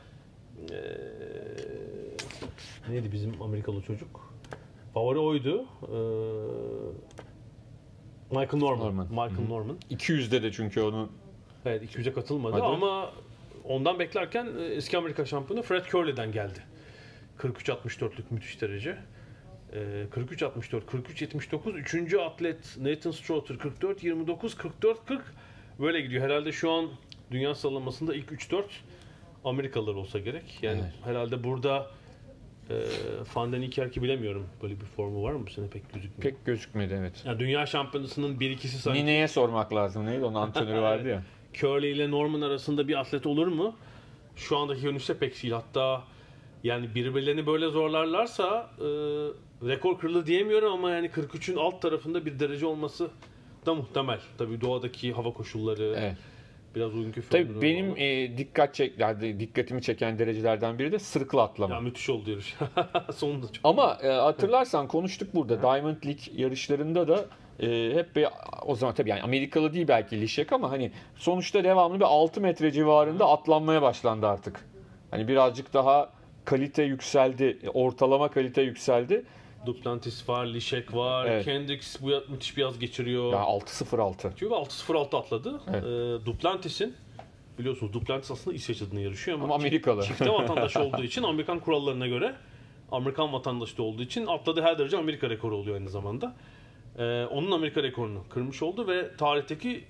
neydi bizim Amerikalı çocuk? Favori oydu. Michael Norman. 200'de de çünkü onu Evet 200'e katılmadı ama ondan beklerken eski Amerika şampiyonu Fred Curley'den geldi. 43-64'lük müthiş derece. 43-64, 43-79. 3. atlet Nathan Strother 44-29, 44-40 böyle gidiyor. Herhalde şu an dünya sıralamasında ilk 3-4 Amerikalılar olsa gerek. Yani herhalde burada Van den Niekerk'i bilemiyorum. Böyle bir formu var mı bu sene pek gözükmüyor. pek gözükmedi evet. Yani dünya şampiyonasının 1-2'si sanki. Nine'ye sormak lazım. Neydi onun antrenörü vardı ya. Curley ile Norman arasında bir atlet olur mu? Şu andaki görünüşte pek değil. Hatta yani birbirlerini böyle zorlarlarsa rekor kırılır diyemiyorum ama yani 43'ün alt tarafında bir derece olması da muhtemel. Tabii doğadaki hava koşulları biraz uygun. Tabii benim dikkatimi çeken derecelerden biri de sırıkla atlama. Ya müthiş oldu yarış. Sonunda çok. Ama hatırlarsan konuştuk burada. Diamond League yarışlarında da hep bir, o zaman tabii yani Amerikalı değil belki Lişek ama hani sonuçta devamlı bir 6 metre civarında atlanmaya başlandı artık. Hani birazcık daha kalite yükseldi. Ortalama kalite yükseldi. Duplantis var, Lişek var. Evet. Kendricks bu müthiş bir yaz geçiriyor. Ya 6.06. Çünkü 6.06 atladı. Evet. Duplantis'in biliyorsunuz Duplantis aslında İsveç adına yarışıyor ama Amerikalı. Çifte vatandaş olduğu için Amerikan kurallarına göre Amerikan vatandaşı olduğu için atladığı her derece Amerika rekoru oluyor aynı zamanda. Onun Amerika rekorunu kırmış oldu ve tarihteki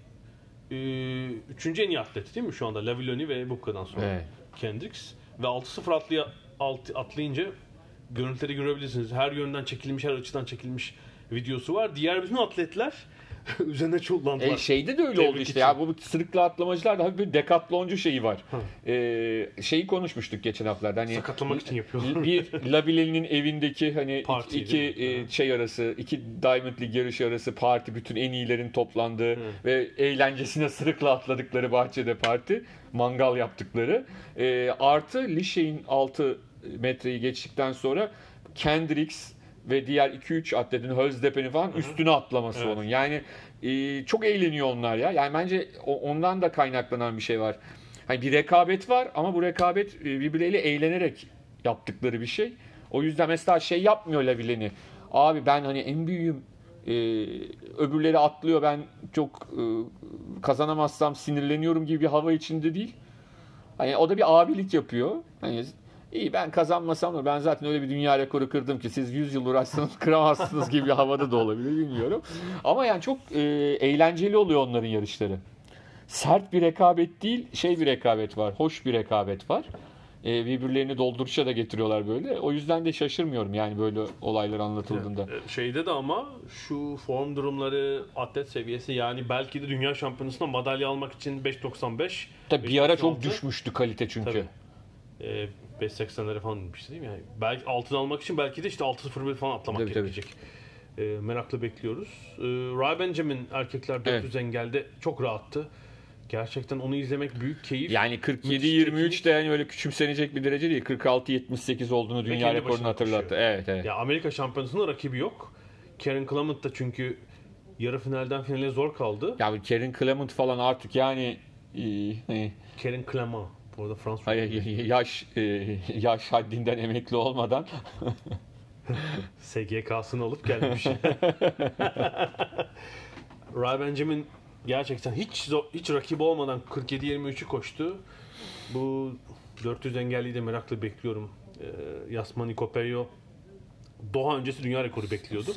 3. en iyi atleti değil mi şu anda? Lavilloni ve Bubka'dan sonra Kendricks. Ve 6.06 atlayınca görüntüleri görebilirsiniz. Her yönden çekilmiş, her açıdan çekilmiş videosu var. Diğer bütün atletler üzerine çullandılar. Şeyde de öyle oldu işte. Ya bu sırıkla atlamacılar da bir dekatloncu şeyi var. Şeyi konuşmuştuk geçen haftalarda. Hani sakatlamak için yapıyorlar. Bir Lavilleni'nin evindeki hani iki şey arası, iki Diamond League yarışı arası parti, bütün en iyilerin toplandığı ve eğlencesine sırıkla atladıkları bahçede parti, mangal yaptıkları. Artı Lişek'in 6 metreyi geçtikten sonra Kendricks ve diğer 2-3 atletin Hölzdeppen'in falan üstüne atlaması onun. Yani çok eğleniyor onlar ya. Yani bence ondan da kaynaklanan bir şey var. Hani bir rekabet var ama bu rekabet birbirleriyle eğlenerek yaptıkları bir şey. O yüzden mesela şey yapmıyor Lavilleni. Abi ben hani en büyüğüm, öbürleri atlıyor, ben çok kazanamazsam sinirleniyorum gibi bir hava içinde değil. Hani o da bir abilik yapıyor. Hani İyi ben kazanmasam da ben zaten öyle bir dünya rekoru kırdım ki siz 100 yıl uğraşsanız kıramazsınız gibi bir havada da olabilir bilmiyorum. Ama yani çok eğlenceli oluyor onların yarışları. Sert bir rekabet değil, bir rekabet var, hoş bir rekabet var. Birbirlerini dolduruşa da getiriyorlar böyle. O yüzden de şaşırmıyorum yani böyle olaylar anlatıldığında. Şeyde de ama şu form durumları, atlet seviyesi yani belki de dünya şampiyonasında madalya almak için 5.95. Tabii bir ara çok düşmüştü kalite çünkü. Tabii. 5.80'lere falan inmişti değil mi? Yani belki altın almak için belki de işte 6.01 falan atlamak gerekecek. Merakla bekliyoruz. Ray Benjamin erkekler 400 engelde çok rahattı. Gerçekten onu izlemek büyük keyif. Yani 47-23 de yani öyle küçümsenecek bir derece değil. 46-78 olduğunu dünya rekorunu hatırlattı. Evet. Ya Amerika Şampiyonası'nda rakibi yok. Karen Clement da çünkü yarı finalden finale zor kaldı. Ya bu Karen Clement falan artık yani Karen Clement. Bu arada Fransız. Hayır, yaş haddinden emekli olmadan SGK'sını alıp gelmiş. Ray Benjamin gerçekten hiç rakibi olmadan 47-23'ü koştu. Bu 400 engelliyi de merakla bekliyorum. Yasmani Copello Doha öncesi dünya rekoru bekliyordu.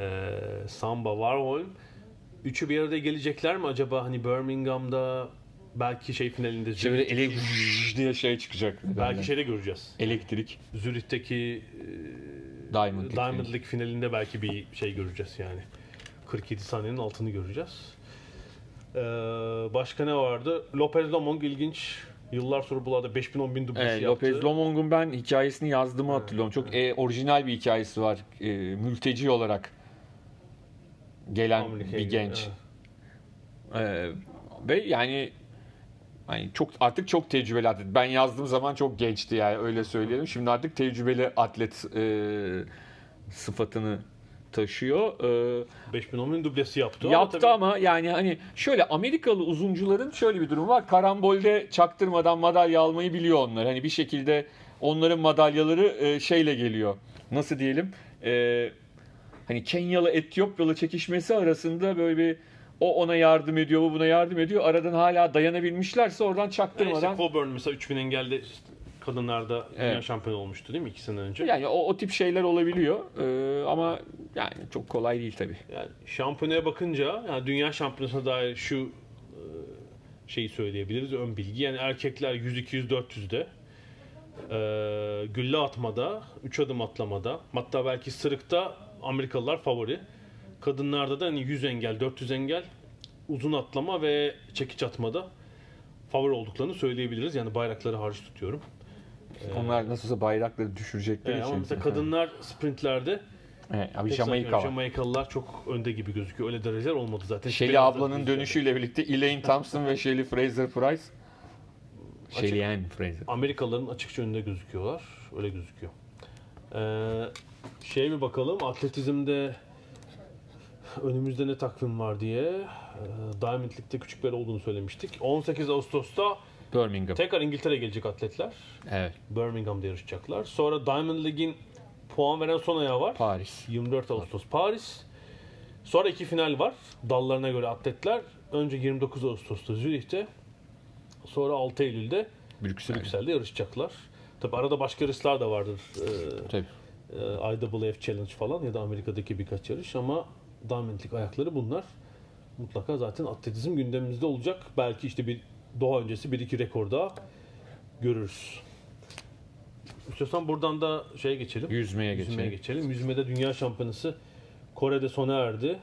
Samba Warholm. Üçü bir arada gelecekler mi acaba? Hani Birmingham'da belki şey finalinde Şöyle diye şey çıkacak. Belki şeyde göreceğiz. Elektrik. Zürih'teki Diamond League finalinde belki bir şey göreceğiz yani. 47 saniyenin altını göreceğiz. Başka ne vardı? Lopez Lomong ilginç. Yıllar sonra buralarda 5000-10.000 dublesi yaptı. Lopez Lomong'un ben hikayesini yazdığımı hatırlıyorum. Çok orijinal bir hikayesi var. Mülteci olarak gelen bir genç. Ve yani artık çok tecrübeli atlet. Ben yazdığım zaman çok gençti yani, öyle söyleyelim. Şimdi artık tecrübeli atlet sıfatını taşıyor. 5000-10.000 dublesi yaptı. Ama yani hani şöyle, Amerikalı uzuncuların şöyle bir durum var. Karambolde çaktırmadan madalya almayı biliyor onlar. Hani bir şekilde onların madalyaları şeyle geliyor. Nasıl diyelim? Hani Kenyalı Etiyopyalı çekişmesi arasında böyle bir, o ona yardım ediyor, bu buna yardım ediyor. Aradan hala dayanabilmişlerse oradan çaktırmadan. İşte Coburn mesela 3000 engelde kadınlarda dünya şampiyonu olmuştu değil mi 2 sene önce? Yani o tip şeyler olabiliyor. Ama yani çok kolay değil tabii. Yani şampiyonaya bakınca, yani dünya şampiyonasına dair şu şeyi söyleyebiliriz, ön bilgi. Yani erkekler 100-200-400'de, gülle atmada, 3 adım atlamada, hatta belki sırıkta Amerikalılar favori. Kadınlarda da hani 100 engel, 400 engel, uzun atlama ve çekiç atmada favori olduklarını söyleyebiliriz. Yani bayrakları hariç tutuyorum. Onlar nasılsa bayrakları düşürecekleri için. Ama mesela kadınlar sprintlerde Jamaikalılar çok önde gibi gözüküyor. Öyle dereceler olmadı zaten. Shelly ablanın dönüşüyle birlikte Elaine Thompson ve Shelly Fraser-Price. Shelly Fraser. Amerikalıların açıkça önünde gözüküyorlar. Öyle gözüküyor. Bir bakalım. Atletizmde önümüzde ne takvim var diye. Diamond League'de küçük bir olduğunu söylemiştik. 18 Ağustos'ta Birmingham. Tekrar İngiltere'ye gelecek atletler. Evet. Birmingham'da yarışacaklar. Sonra Diamond League'in puan veren son ayağı var. Paris. 24 Ağustos Paris. Sonra 2 final var. Dallarına göre atletler. Önce 29 Ağustos'ta Zürih'te. Sonra 6 Eylül'de Brüksel'de yarışacaklar. Tabi arada başka yarışlar da vardır. Tabii. IAAF Challenge falan ya da Amerika'daki birkaç yarış, ama Diamond League ayakları bunlar. Mutlaka zaten atletizm gündemimizde olacak. Belki işte bir Doha öncesi 1-2 rekor daha görürüz. İstiyorsan buradan da geçelim. Yüzmeye geçelim. Yüzmede dünya şampiyonası Kore'de sona erdi.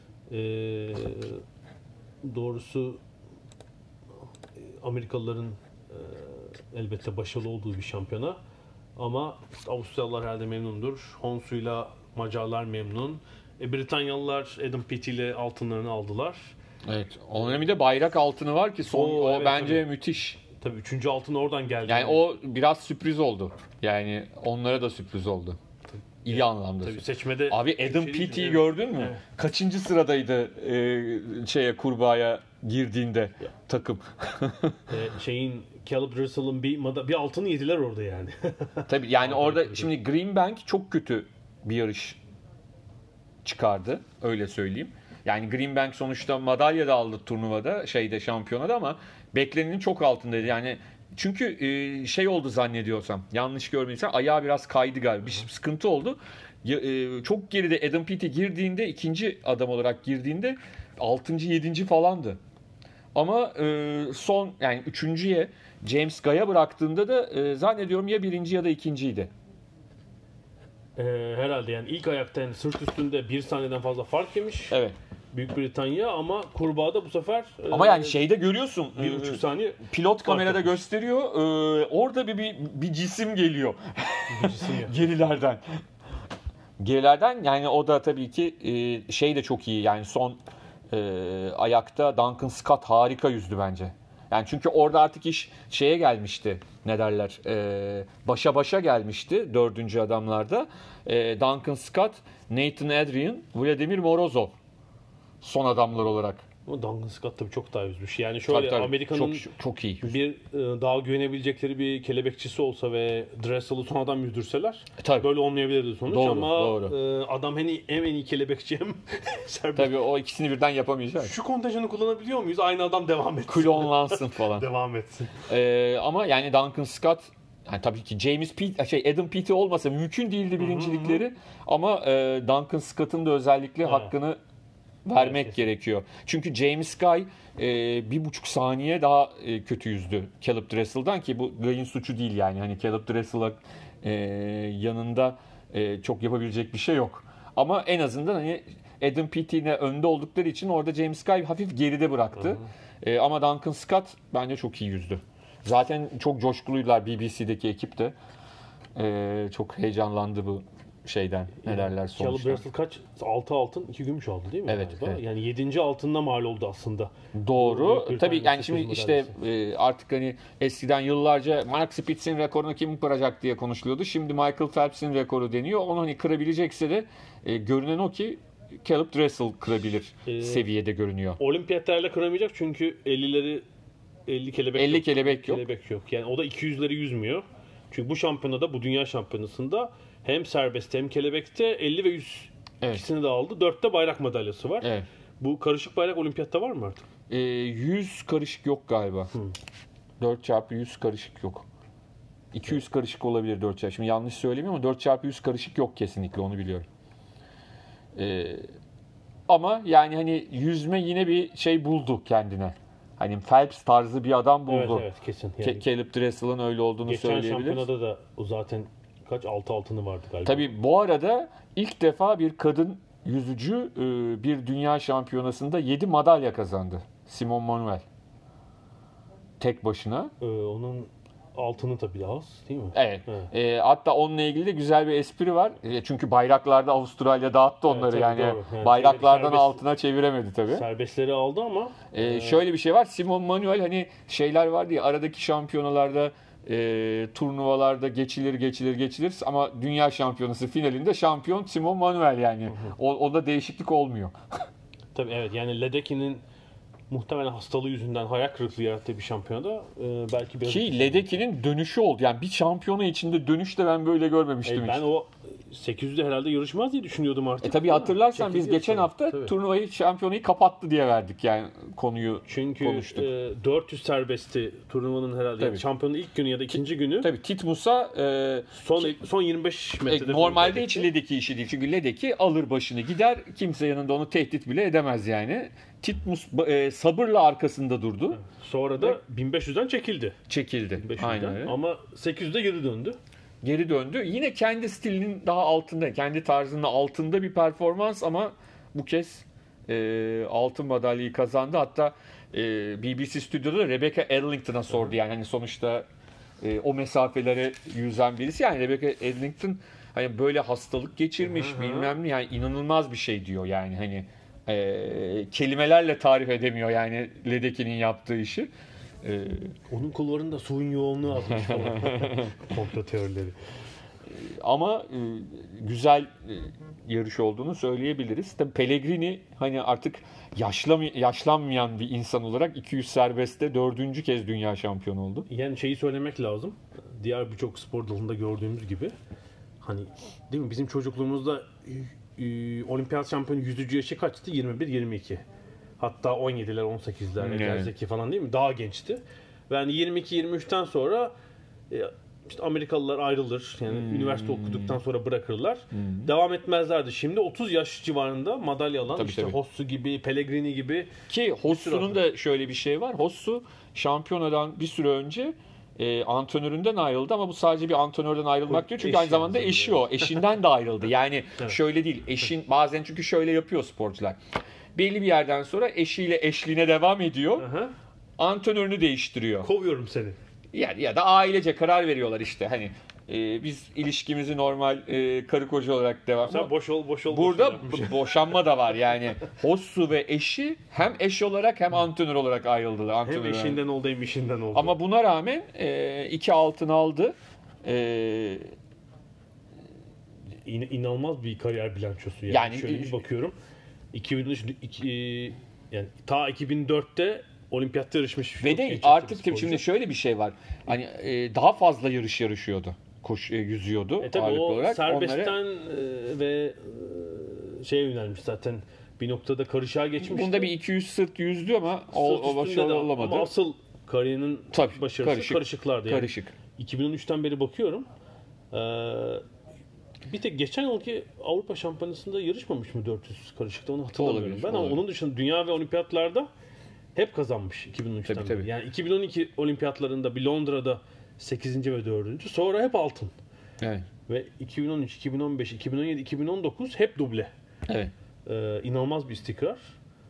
Doğrusu Amerikalıların elbette başarılı olduğu bir şampiyona. Ama Avusturyalılar herhalde memnundur. Honsu'yla Macarlar memnun. Britanyalılar Adam Peaty ile altınlarını aldılar. Evet. Onun bir de bayrak altını var ki evet, bence tabii. Müthiş. Tabii 3. altın oradan geldi. Yani o biraz sürpriz oldu. Yani onlara da sürpriz oldu. İyi anlamda. Tabii seçmede. Abi Adam Peaty'yi gördün mü? Evet. Kaçıncı sıradaydı kurbağaya girdiğinde takım. Caleb Russell'ın bir altını yediler orada yani. Tabii yani orada şimdi Greenbank çok kötü bir yarış çıkardı, öyle söyleyeyim. Yani Greenbank sonuçta madalya da aldı turnuvada, şampiyonada, ama beklenenin çok altındaydı. Yani çünkü oldu zannediyorsam, yanlış görmediysem, ayağı biraz kaydı galiba. Bir sıkıntı oldu. Çok geride Adam Peaty girdiğinde, ikinci adam olarak girdiğinde 6. 7. falandı. Ama son, yani 3.'ye James Guy'a bıraktığında da zannediyorum ya 1. ya da 2.'ydi. Herhalde yani ilk ayakta, yani sırt üstünde 1 saniyeden fazla fark yemiş. Evet. Büyük Britanya, ama kurbağada bu sefer ama yani görüyorsun, 1,5 saniye pilot kamerada gösteriyor. Orada bir cisim geliyor. Gerilerden yani o da tabii ki de çok iyi. Yani son ayakta Duncan Scott harika yüzdü bence. Yani çünkü orada artık iş gelmişti. Ne derler? Başa başa gelmişti 4. adamlarda. Duncan Scott, Nathan Adrian, Vladimir Morozov son adamlar olarak. Ama Duncan Scott tabii çok daha yüzmüş. Yani şöyle, tabii. Amerika'nın çok iyi. Bir daha güvenebilecekleri bir kelebekçisi olsa ve Dressel'ı son adam yüzdürseler böyle olmayabilirdi sonuç. Doğru, ama doğru. Adam hem en iyi kelebekçi hem serbest. Tabii o ikisini birden yapamayacak. Şu kontenjanı kullanabiliyor muyuz? Aynı adam devam etsin. Klonlansın falan. Devam etsin. Ama yani Duncan Scott, yani tabii ki Adam Peaty olmasa mümkün değildi birincilikleri. Ama Duncan Scott'ın da özellikle hakkını vermek gerekiyor. Çünkü James Guy 1,5 saniye daha kötü yüzdü Caleb Dressel'dan, ki bu Guy'in suçu değil yani. Hani Caleb Dressel'a yanında çok yapabilecek bir şey yok. Ama en azından hani Adam Peaty'ne önde oldukları için orada James Guy hafif geride bıraktı. Ama Duncan Scott bence çok iyi yüzdü. Zaten çok coşkuluydular BBC'deki ekip de. Çok heyecanlandı bu şeyden. Ne derler sonuçta. Caleb Dressel kaç? 6 altın, 2 gümüş aldı değil mi? Evet, evet. Yani 7. altında mal oldu aslında. Doğru. Tabii yani şimdi işte artık hani eskiden yıllarca Mark Spitz'in rekorunu kim kıracak diye konuşuluyordu. Şimdi Michael Phelps'in rekoru deniyor. Onu hani kırabilecekse de görünen o ki Caleb Dressel kırabilir seviyede görünüyor. Olimpiyatlarla kıramayacak çünkü 50 kelebek yok. Yani o da 200'leri yüzmüyor. Çünkü bu şampiyonada, bu dünya şampiyonasında hem serbestte hem kelebekte 50 ve 100 ikisini de aldı. 4'te bayrak madalyası var. Evet. Bu karışık bayrak olimpiyatta var mı artık? 100 karışık yok galiba. 4x100 karışık yok. 200 karışık olabilir 4x. Şimdi yanlış söylemiyorum ama 4x100 karışık yok kesinlikle, onu biliyorum. Ama yani hani yüzme yine bir şey buldu kendine. Hani Phelps tarzı bir adam buldu. Evet kesin. Yani Caleb Dressel'ın öyle olduğunu söyleyebiliriz. Geçen şampiyonada da o zaten kaç 6 altını vardı galiba. Tabii bu arada ilk defa bir kadın yüzücü bir dünya şampiyonasında 7 madalya kazandı. Simone Manuel. Tek başına. Onun altını tabii az değil mi? Evet. Hatta onunla ilgili de güzel bir espri var. Çünkü bayraklarda Avustralya dağıttı onları, yani bayraklardan altına çeviremedi tabii. Serbestleri aldı ama. Şöyle bir şey var. Simone Manuel hani şeyler vardı ya, aradaki şampiyonalarda turnuvalarda geçilir ama dünya şampiyonası finalinde şampiyon Simone Manuel yani. O da değişiklik olmuyor. Tabii evet, yani Ledeki'nin muhtemelen hastalığı yüzünden hayal kırıklığı yarattığı bir şampiyonada belki biraz... Ki Ledeki'nin dönüşü oldu. Yani bir şampiyona içinde dönüş de ben böyle görmemiştim hiç. Ben o 800'de herhalde yarışmaz diye düşünüyordum artık. Tabii hatırlarsan biz geçen hafta turnuvayı, şampiyonayı kapattı diye verdik yani, konuyu çünkü konuştuk. 400 serbestti turnuvanın herhalde. Yani şampiyonun ilk günü ya da ikinci günü. Tabii Titmus'a son 25 metrede. Normalde hiç Ledeki işi değil. Çünkü Ledeki alır başını gider. Kimse yanında onu tehdit bile edemez yani. Titmus sabırla arkasında durdu. Sonra da 1500'den çekildi. 1500'den. Aynen öyle. Ama 800'de geri döndü. Yine kendi stilinin daha altında, kendi tarzının altında bir performans ama bu kez altın madalyayı kazandı. Hatta BBC stüdyoda da Rebecca Arlington'a sordu yani hani sonuçta o mesafelere yüzen birisi. Yani Rebecca Arlington hani böyle hastalık geçirmiş bilmem ne, yani inanılmaz bir şey diyor yani hani kelimelerle tarif edemiyor yani Ledeki'nin yaptığı işi. Onun kulvarında suyun yoğunluğu azmış falan. Komplo teorileri. Ama güzel yarış olduğunu söyleyebiliriz. Tabii Pellegrini hani artık yaşlanmayan bir insan olarak 200 serbestte 4. kez dünya şampiyonu oldu. Yani şeyi söylemek lazım. Diğer birçok spor dalında gördüğümüz gibi hani değil mi, bizim çocukluğumuzda olimpiyat şampiyonu yüzücü yaşı kaçtı? 21-22. Hatta 17'ler, 18'ler, Ecel Zeki falan değil mi? Daha gençti. Ve yani 22-23'ten sonra işte Amerikalılar ayrılır. Yani üniversite okuduktan sonra bırakırlar. Devam etmezlerdi. Şimdi 30 yaş civarında madalya alan tabii. Hossu gibi, Pellegrini gibi. Ki Hossu'nun da şöyle bir şey var. Hossu şampiyonadan bir süre önce antrenöründen ayrıldı ama bu sadece bir antrenörden ayrılmak değil. Çünkü aynı zamanda eşi o. Eşinden de ayrıldı. Yani şöyle değil. Eşin bazen çünkü şöyle yapıyor sporcular. Belli bir yerden sonra eşiyle eşliğine devam ediyor. Antrenörünü değiştiriyor. Kovuyorum seni. Yani ya da ailece karar veriyorlar işte. Hani biz ilişkimizi normal karı koca olarak devam. Sen boş ol. Burada boşanma da var yani. Hossu ve eşi hem eş olarak hem antrenör olarak ayrıldılar. Hem eşinden oldu hem işinden oldu. Ama buna rağmen 2 altın aldı. İnanılmaz bir kariyer bilançosu yani. Şöyle bir bakıyorum. 2003 yani ta 2004'te olimpiyatta yarışmış. Ve de artık şimdi şöyle bir şey var. Hani daha fazla yarışıyordu. Yüzüyordu tabii o olarak. serbestten ve şeye yönelmiş zaten. Bir noktada karışığa geçmişti. Bunda bir 200 sırt yüzdü ama o başarılı olamadı. Ama asıl kariyerinin başarısı karışıklardı. Yani. Karışık. 2013'ten beri bakıyorum. Bir tek geçen yılki Avrupa Şampiyonası'nda yarışmamış mı 400 karışıkta, onu hatırlamıyorum. Olabilir, Ben ama onun dışında dünya ve olimpiyatlarda hep kazanmış 2013'ten beri. Yani 2012 olimpiyatlarında bir Londra'da 8. ve 4. Sonra hep altın. Evet. Ve 2013, 2015, 2017, 2019 hep duble. Evet. İnanılmaz bir istikrar.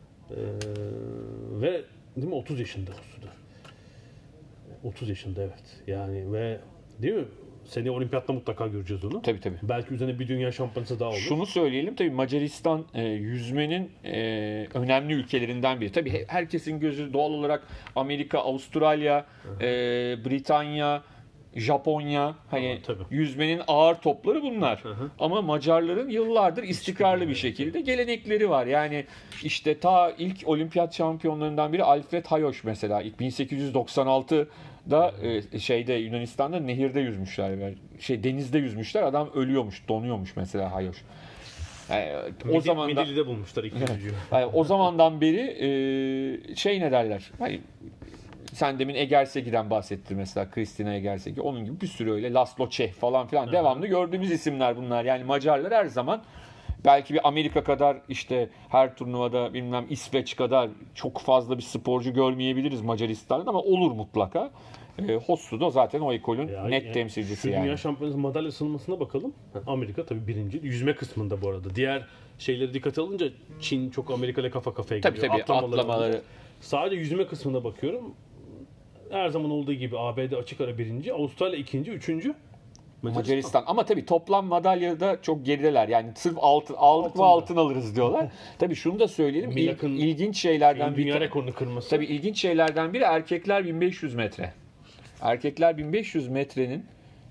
Ve değil mi 30 yaşında Hossu'da. 30 yaşında evet. Yani ve değil mi? Seneye olimpiyatta mutlaka göreceğiz onu. Tabii. Belki üzerine bir dünya şampiyonası daha olur. Şunu söyleyelim tabii, Macaristan yüzmenin önemli ülkelerinden biri. Tabii herkesin gözü doğal olarak Amerika, Avustralya, Britanya, Japonya, hani yüzmenin ağır topları bunlar. Ama Macarların yıllardır istikrarlı bir şekilde gelenekleri var. Yani işte ta ilk olimpiyat şampiyonlarından biri Alfred Hayoş mesela. İlk 1896'da Yunanistan'da nehirde yüzmüşler. Denizde yüzmüşler. Adam ölüyormuş, donuyormuş mesela Hayoş. O zamandan Midilli'de bulmuşlar ilk yüzücüyü. o zamandan beri ne derler? Hani sen demin Egersegi'den bahsettin mesela, Kristina Egersegi. Onun gibi bir sürü öyle Laszlo Čeh falan filan devamlı gördüğümüz isimler bunlar. Yani Macarlar her zaman belki bir Amerika kadar işte her turnuvada bilmem İsveç kadar çok fazla bir sporcu görmeyebiliriz Macaristan'da ama olur mutlaka. Hossu da zaten o ekolün net temsilcisi şu yani. Dünya Şampiyonası madalya sınırlamasına bakalım. Amerika tabii birinci. Yüzme kısmında bu arada. Diğer şeyleri dikkate alınca Çin çok Amerika ile kafa kafaya giriyor. Tabii atlamaları. Sadece yüzme kısmına bakıyorum. Her zaman olduğu gibi ABD açık ara birinci, Avustralya ikinci, üçüncü. Macaristan. Ama tabii toplam madalyada çok gerideler. Yani sırf altın alırız diyorlar. Tabii şunu da söyleyelim. İlginç şeylerden biri. Dünya rekorunu kırması. Tabii ilginç şeylerden biri erkekler 1500 metre. Erkekler 1500 metrenin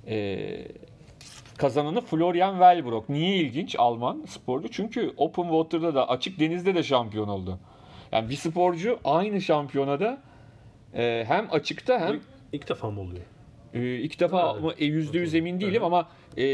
kazananı Florian Wellbrock. Niye ilginç? Alman sporcu. Çünkü Open Water'da da açık denizde de şampiyon oldu. Yani bir sporcu aynı şampiyonada hem açıkta hem ilk defa mı oluyor? İlk defa ama %100 emin değilim ama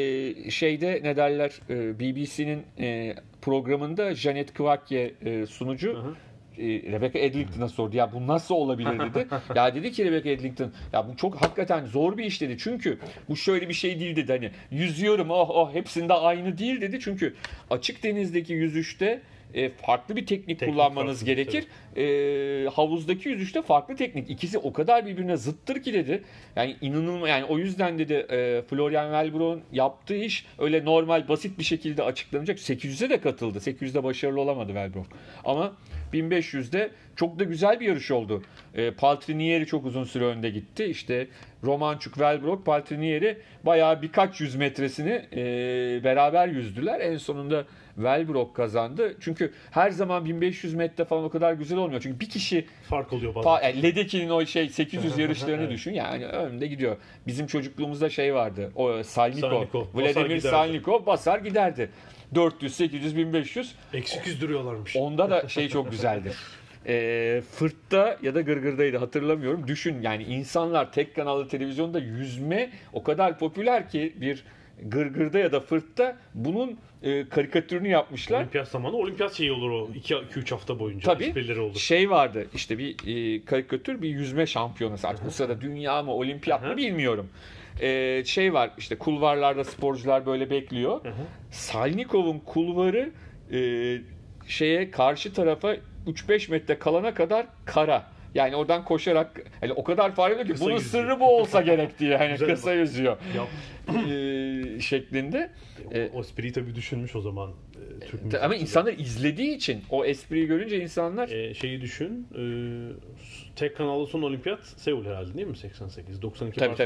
ne derler, BBC'nin programında Janet Kvakye sunucu Rebecca Edlington'a sordu. Ya bu nasıl olabilir dedi. Ya dedi ki Rebecca Edlington, ya bu çok hakikaten zor bir iş dedi. Çünkü bu şöyle bir şey değil dedi. Hani yüzüyorum hepsinde aynı değil dedi. Çünkü açık denizdeki yüzüşte farklı bir teknik kullanmanız gerekir. Havuzdaki yüzüşte farklı teknik. İkisi o kadar birbirine zıttır ki dedi. Yani inanılmaz. Yani o yüzden dedi Florian Wellbrock'un yaptığı iş öyle normal basit bir şekilde açıklanacak. 800'e de katıldı. 800'de başarılı olamadı Wellbrock. Ama 1500'de çok da güzel bir yarış oldu. Paltrinieri çok uzun süre önde gitti. İşte Romanchuk, Wellbrock, Paltrinieri bayağı birkaç yüz metresini beraber yüzdüler. En sonunda Wellbrock kazandı. Çünkü her zaman 1500 metre falan o kadar güzel olmuyor. Çünkü bir kişi fark oluyor bazen. Ledeki'nin o 800 yarışlarını düşün. Yani önde gidiyor. Bizim çocukluğumuzda vardı. O Salnikov. Vladimir Salnikov basar giderdi. 400, 800, 1500. Eksik yüzdürüyorlarmış. Onda da çok güzeldi. Fırtta ya da gırgırdaydı hatırlamıyorum. Düşün yani insanlar tek kanallı televizyonda yüzme o kadar popüler ki bir gırgırda ya da fırtta bunun karikatürünü yapmışlar. Olimpiyat zamanı olimpiyat olur o 2-3 hafta boyunca. Tabii olur. Vardı işte bir karikatür, bir yüzme şampiyonası. Artık bu sırada dünya mı olimpiyat mı bilmiyorum. Var işte kulvarlarda sporcular böyle bekliyor. Salnikov'un kulvarı karşı tarafa 3-5 metre kalana kadar kara. Yani oradan koşarak o kadar farklı ki kısa bunun yüzüyor. Sırrı bu olsa gerek diye hani kısa yüzüyor. Şeklinde. O espriyi tabii düşünmüş o zaman. Ama insanlar izlediği için o espriyi görünce insanlar düşün. Tek kanallı son olimpiyat Seul herhalde değil mi? 88. 92 tabii.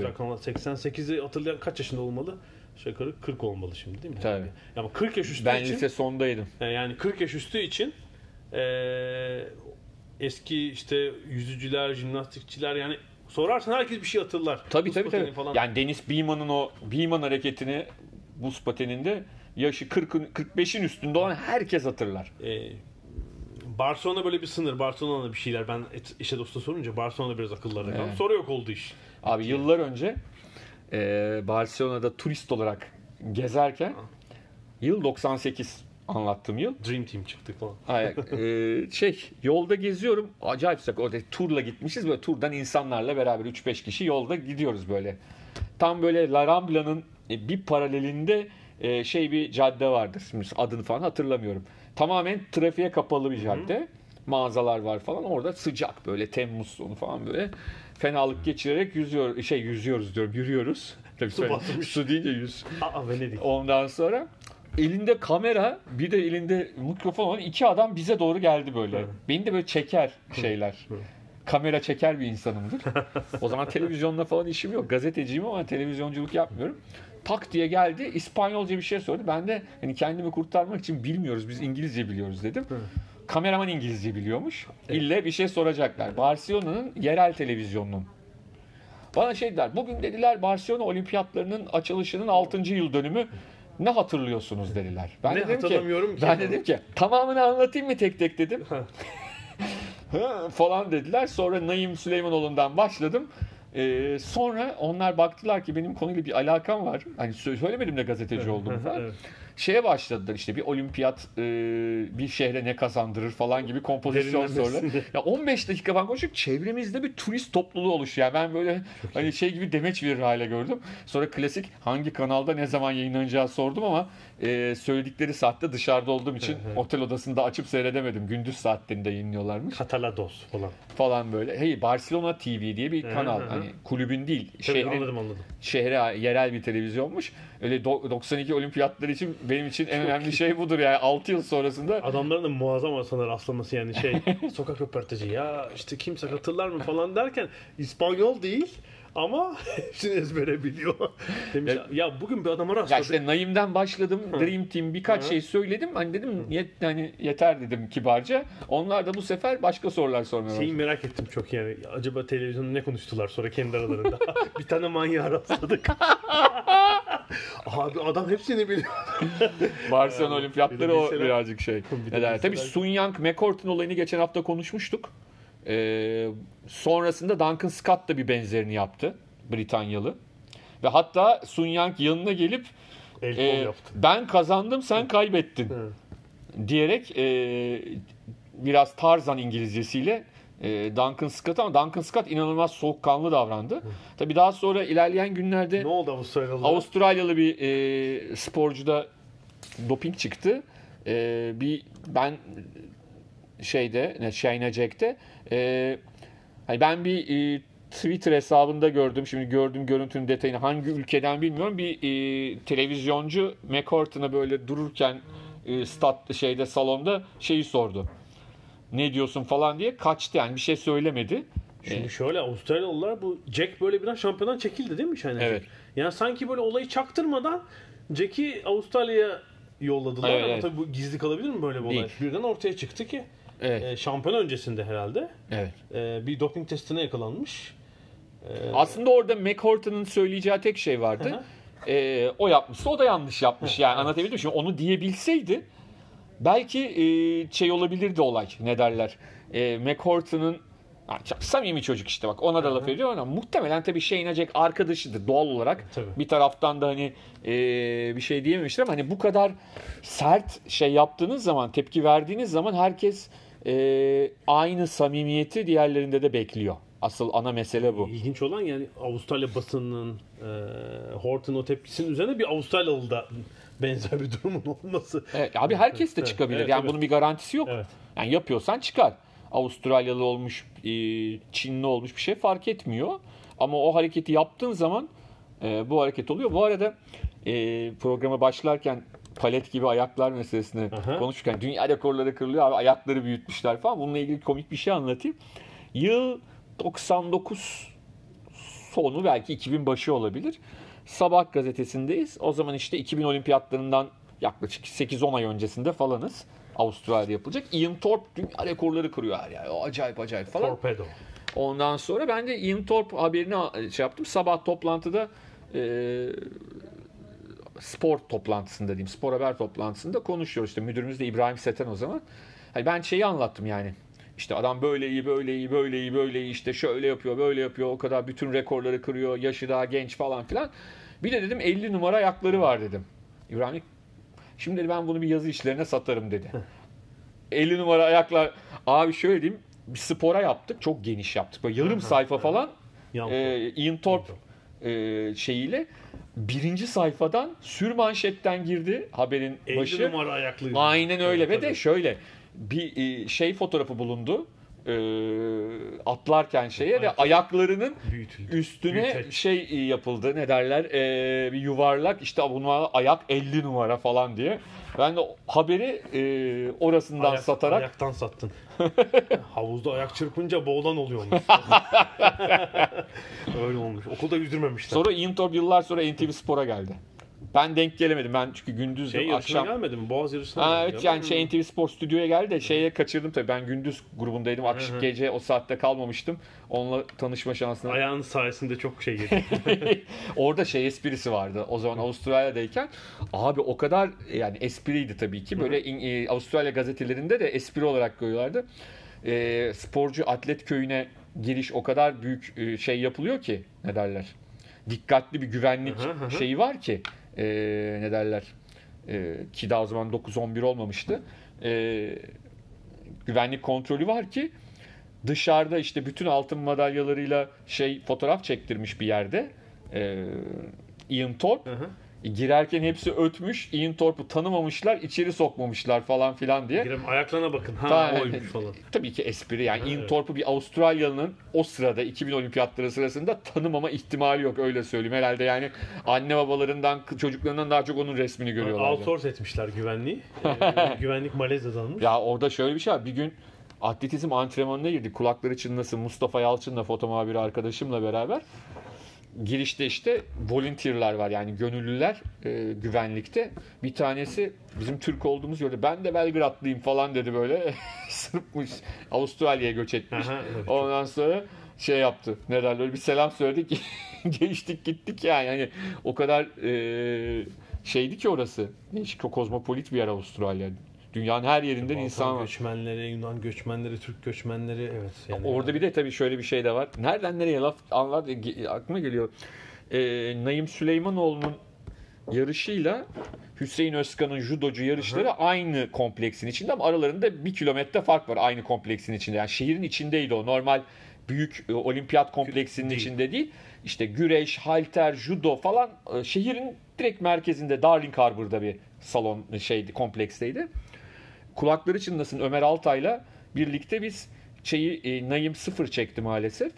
88'i hatırlayan kaç yaşında olmalı? Yukarı 40 olmalı şimdi değil mi? Tabii. Ama 40 yaş üstü ben için. Ben lise sondaydım. Yani 40 yaş üstü için eski işte yüzücüler, jimnastikçiler yani sorarsan herkes bir şey hatırlar. Tabii. Falan. Yani Deniz Beeman'ın o Beeman hareketini buz pateninde yaşı 45'in üstünde olan herkes hatırlar. Barcelona böyle bir sınır. Barcelona'da bir şeyler. Ben işe dosta sorunca Barcelona biraz akıllarda kaldı. Sonra yok oldu iş. Abi yıllar önce Barcelona'da turist olarak gezerken yıl 98 anlattığım yıl. Dream Team çıktık falan. Yolda geziyorum. Acayip sıcak. Orada turla gitmişiz. Böyle turdan insanlarla beraber 3-5 kişi yolda gidiyoruz böyle. Tam böyle La Rambla'nın bir paralelinde şey bir cadde vardır. Şimdi adını falan hatırlamıyorum. Tamamen trafiğe kapalı bir cadde. Mağazalar var falan. Orada sıcak böyle Temmuz sonu falan böyle fenalık geçirerek yüzüyoruz diyorum. Yürüyoruz. Tabii su deyince yüz. Venedik. Ondan sonra elinde kamera, bir de elinde mikrofon olan iki adam bize doğru geldi böyle. Beni de böyle çeker şeyler. Kamera çeker bir insanımdır. O zaman televizyonla falan işim yok. Gazeteciyim ama televizyonculuk yapmıyorum. Tak diye geldi. İspanyolca bir şey sordu. Ben de hani kendimi kurtarmak için bilmiyoruz. Biz İngilizce biliyoruz dedim. Kameraman İngilizce biliyormuş. İlle bir şey soracaklar. Barcelona'nın yerel televizyonunun. Bana şey dediler. Bugün dediler Barcelona olimpiyatlarının açılışının 6. yıl dönümü. Ne hatırlıyorsunuz dediler. Ben dedim ki tamamını anlatayım mı tek tek dedim. Falan dediler. Sonra Naim Süleymanoğlu'ndan başladım. Sonra onlar baktılar ki benim konuyla bir alakam var. Hani söylemedim de gazeteci olduğumu falan. Şeye başladılar işte bir olimpiyat bir şehre ne kazandırır falan gibi kompozisyon soruları. Ya 15 dakika falan konuştuk. Çevremizde bir turist topluluğu oluşuyor. Yani ben böyle hani şey gibi demeç verir hale gördüm. Sonra klasik hangi kanalda ne zaman yayınlanacağı sordum ama söyledikleri saatte dışarıda olduğum için otel odasında açıp seyredemedim. Gündüz saatlerinde yayınlıyorlarmış. Catalados Falan böyle. Hey Barcelona TV diye bir kanal. Hani kulübün değil. Anladım. Şehre yerel bir televizyonmuş. Öyle 92 olimpiyatları için benim için en önemli şey budur yani 6 yıl sonrasında. Adamların da muazzam aslında rastlaması yani sokak röportajı ya işte kimse katırlar mı falan derken İspanyol değil ama hepsini ezbere biliyor. Demiş, ya bugün bir adama rastladık. Ya işte Naim'den başladım. Dream Team birkaç şey söyledim. Hani dedim yeter dedim kibarca. Onlar da bu sefer başka sorular sormaya başladı. Şeyi merak ettim çok yani. Acaba televizyonda ne konuştular sonra kendi aralarında. Bir tane manyağa rastladık. Abi adam hepsini biliyor. Barcelona olimpiyatları o birazcık şey. Tabii Sun Yang McCourt'un olayını geçen hafta konuşmuştuk. Sonrasında Duncan Scott da bir benzerini yaptı. Britanyalı. Ve hatta Sun Yang yanına gelip ben kazandım sen kaybettin diyerek biraz Tarzan İngilizcesiyle Duncan Scott ama Duncan Scott inanılmaz soğukkanlı davrandı. Tabii daha sonra ilerleyen günlerde ne oldu Avustralyalı bir sporcuda doping çıktı. Ben Shayna Jack'te hani ben bir Twitter hesabında gördüm. Şimdi gördüğüm görüntünün detayını hangi ülkeden bilmiyorum. Bir televizyoncu McCourt'una böyle dururken salonda şeyi sordu. Ne diyorsun falan diye kaçtı yani bir şey söylemedi. Şimdi şöyle Avustralyalılar bu Jack böyle biraz şampiyondan çekildi değil mi Shayna Jack? Evet. Yani sanki böyle olayı çaktırmadan Jack'i Avustralya'ya yolladılar ama tabii bu gizli kalabilir mi böyle bir olay? Birden ortaya çıktı ki şampiyon öncesinde herhalde bir doping testine yakalanmış. Aslında orada McCourt'un söyleyeceği tek şey vardı. O yapmışsa o da yanlış yapmış yani anlatabildim mi? Şimdi onu diyebilseydi belki olabilirdi olay ne derler. McCourt'un çok samimi çocuk işte bak ona da laf ediyor ama muhtemelen tabii Shayna Jack arkadaşıdır doğal olarak. Bir taraftan da hani bir şey diyememiştir ama hani bu kadar sert şey yaptığınız zaman tepki verdiğiniz zaman herkes aynı samimiyeti diğerlerinde de bekliyor. Asıl ana mesele bu. İlginç olan yani Avustralya basınının Horton o tepkisinin üzerine bir Avustralyalı da benzer bir durumun olması. Evet, abi herkes de çıkabilir. Yani bunun bir garantisi yok. Yani yapıyorsan çıkar. Avustralyalı olmuş, Çinli olmuş bir şey fark etmiyor. Ama o hareketi yaptığın zaman bu hareket oluyor. Bu arada programa başlarken palet gibi ayaklar meselesini konuşurken dünya rekorları kırılıyor. Abi ayakları büyütmüşler falan. Bununla ilgili komik bir şey anlatayım. Yıl 99 sonu belki 2000 başı olabilir. Sabah gazetesindeyiz. O zaman işte 2000 olimpiyatlarından yaklaşık 8-10 ay öncesinde falanız. Avustralya'da yapılacak. Ian Thorpe dünya rekorları kırıyor her yer. O acayip falan. Torpedo. Ondan sonra ben de Ian Thorpe haberini yaptım. Sabah toplantıda spor toplantısında diyeyim. Spor haber toplantısında konuşuyoruz. İşte müdürümüz de İbrahim Seten o zaman. Hani ben şeyi anlattım yani. İşte adam böyle iyi işte şöyle yapıyor böyle yapıyor o kadar bütün rekorları kırıyor yaşı daha genç falan filan. Bir de dedim 50 numara ayakları var dedim. İbrahim şimdi dedi ben bunu bir yazı işlerine satarım dedi. 50 numara ayaklar abi şöyle diyeyim bir spora yaptık çok geniş yaptık böyle yarım sayfa falan Ian Thorpe şeyiyle birinci sayfadan sürmanşetten girdi haberin 50 başı. numara ayaklıydı. Aynen öyle ve tabii. de şöyle bir şey fotoğrafı bulundu. Atlarken şeye ve ayaklarının büyütüldü. üstüne şey yapıldı, ne derler, bir yuvarlak, işte buna ayak 50 numara falan diye. Ben de haberi orasından satarak ayaktan sattın. Havuzda ayak çırpınca boğulan oluyormuş. Öyle olmuş. Okulda yüzdürmemişler. sonra Intor yıllar sonra NTV Spor'a geldi. Ben denk gelemedim. Ben çünkü gündüz yarışına akşam gelmedi mi? Boğaz yarışına Ha, evet yani NTV Spor stüdyoya geldi de şeye kaçırdım tabii. Ben gündüz grubundaydım. Akşam gece o saatte kalmamıştım. Onunla tanışma şansına. Ayağın sayesinde çok şey yedi. Orada şey esprisi vardı. O zaman Avustralya'dayken abi o kadar yani espriydi tabii ki. Böyle Avustralya gazetelerinde de espri olarak koyuyorlardı. Sporcu atlet köyüne giriş o kadar büyük şey yapılıyor ki, ne derler? Dikkatli bir güvenlik şeyi var ki, ne derler? Ki daha o zaman 9-11 olmamıştı. Güvenlik kontrolü var ki dışarıda işte bütün altın madalyalarıyla fotoğraf çektirmiş bir yerde. Ian Thorpe. Girerken hepsi ötmüş. Ian Thorpe'u tanımamışlar, içeri sokmamışlar falan filan diye. Ayaklarına bakın. Oymuş falan. Tabii ki espri yani. Ian Thorpe'u bir Avustralyalı'nın o sırada 2000 olimpiyatları sırasında tanımama ihtimali yok, öyle söyleyeyim. Herhalde yani anne babalarından, çocuklarından daha çok onun resmini görüyorlar. Outsource etmişler güvenliği. Güvenlik Malezya'danmış. Ya orada şöyle bir şey var. Bir gün atletizm antrenmanına girdik. Kulakları çınlasın, Mustafa Yalçın'la, foto muhabiri arkadaşımla beraber. Girişte işte volunteer'lar var, yani gönüllüler güvenlikte. Bir tanesi bizim Türk olduğumuz gördü. Ben de Belgradlıyım falan dedi böyle. Sırpmış. Avustralya'ya göç etmiş. Ondan sonra şey yaptı. Ne derler, öyle bir selam söyledik. Geçtik gittik yani. Yani o kadar şeydi ki orası. Çok kozmopolit bir yer Avustralya. Dünyanın her yerinden insan var. Göçmenleri, Yunan göçmenleri, Türk göçmenleri, evet. Yani orada bir de tabii şöyle bir şey de var. Nereden nereye laf anlar aklıma geliyor. Naim Süleymanoğlu'nun yarışıyla Hüseyin Özkan'ın judocu yarışları aynı kompleksin içinde ama aralarında 1 kilometre fark var aynı kompleksin içinde. Yani şehrin içindeydi o. Normal büyük olimpiyat kompleksinin içinde değil. İşte güreş, halter, judo falan şehrin direkt merkezinde, Darling Harbour'da bir salon kompleksteydi. Kulakları çınlasın, Ömer Altay'la birlikte biz Naim 0 çekti maalesef.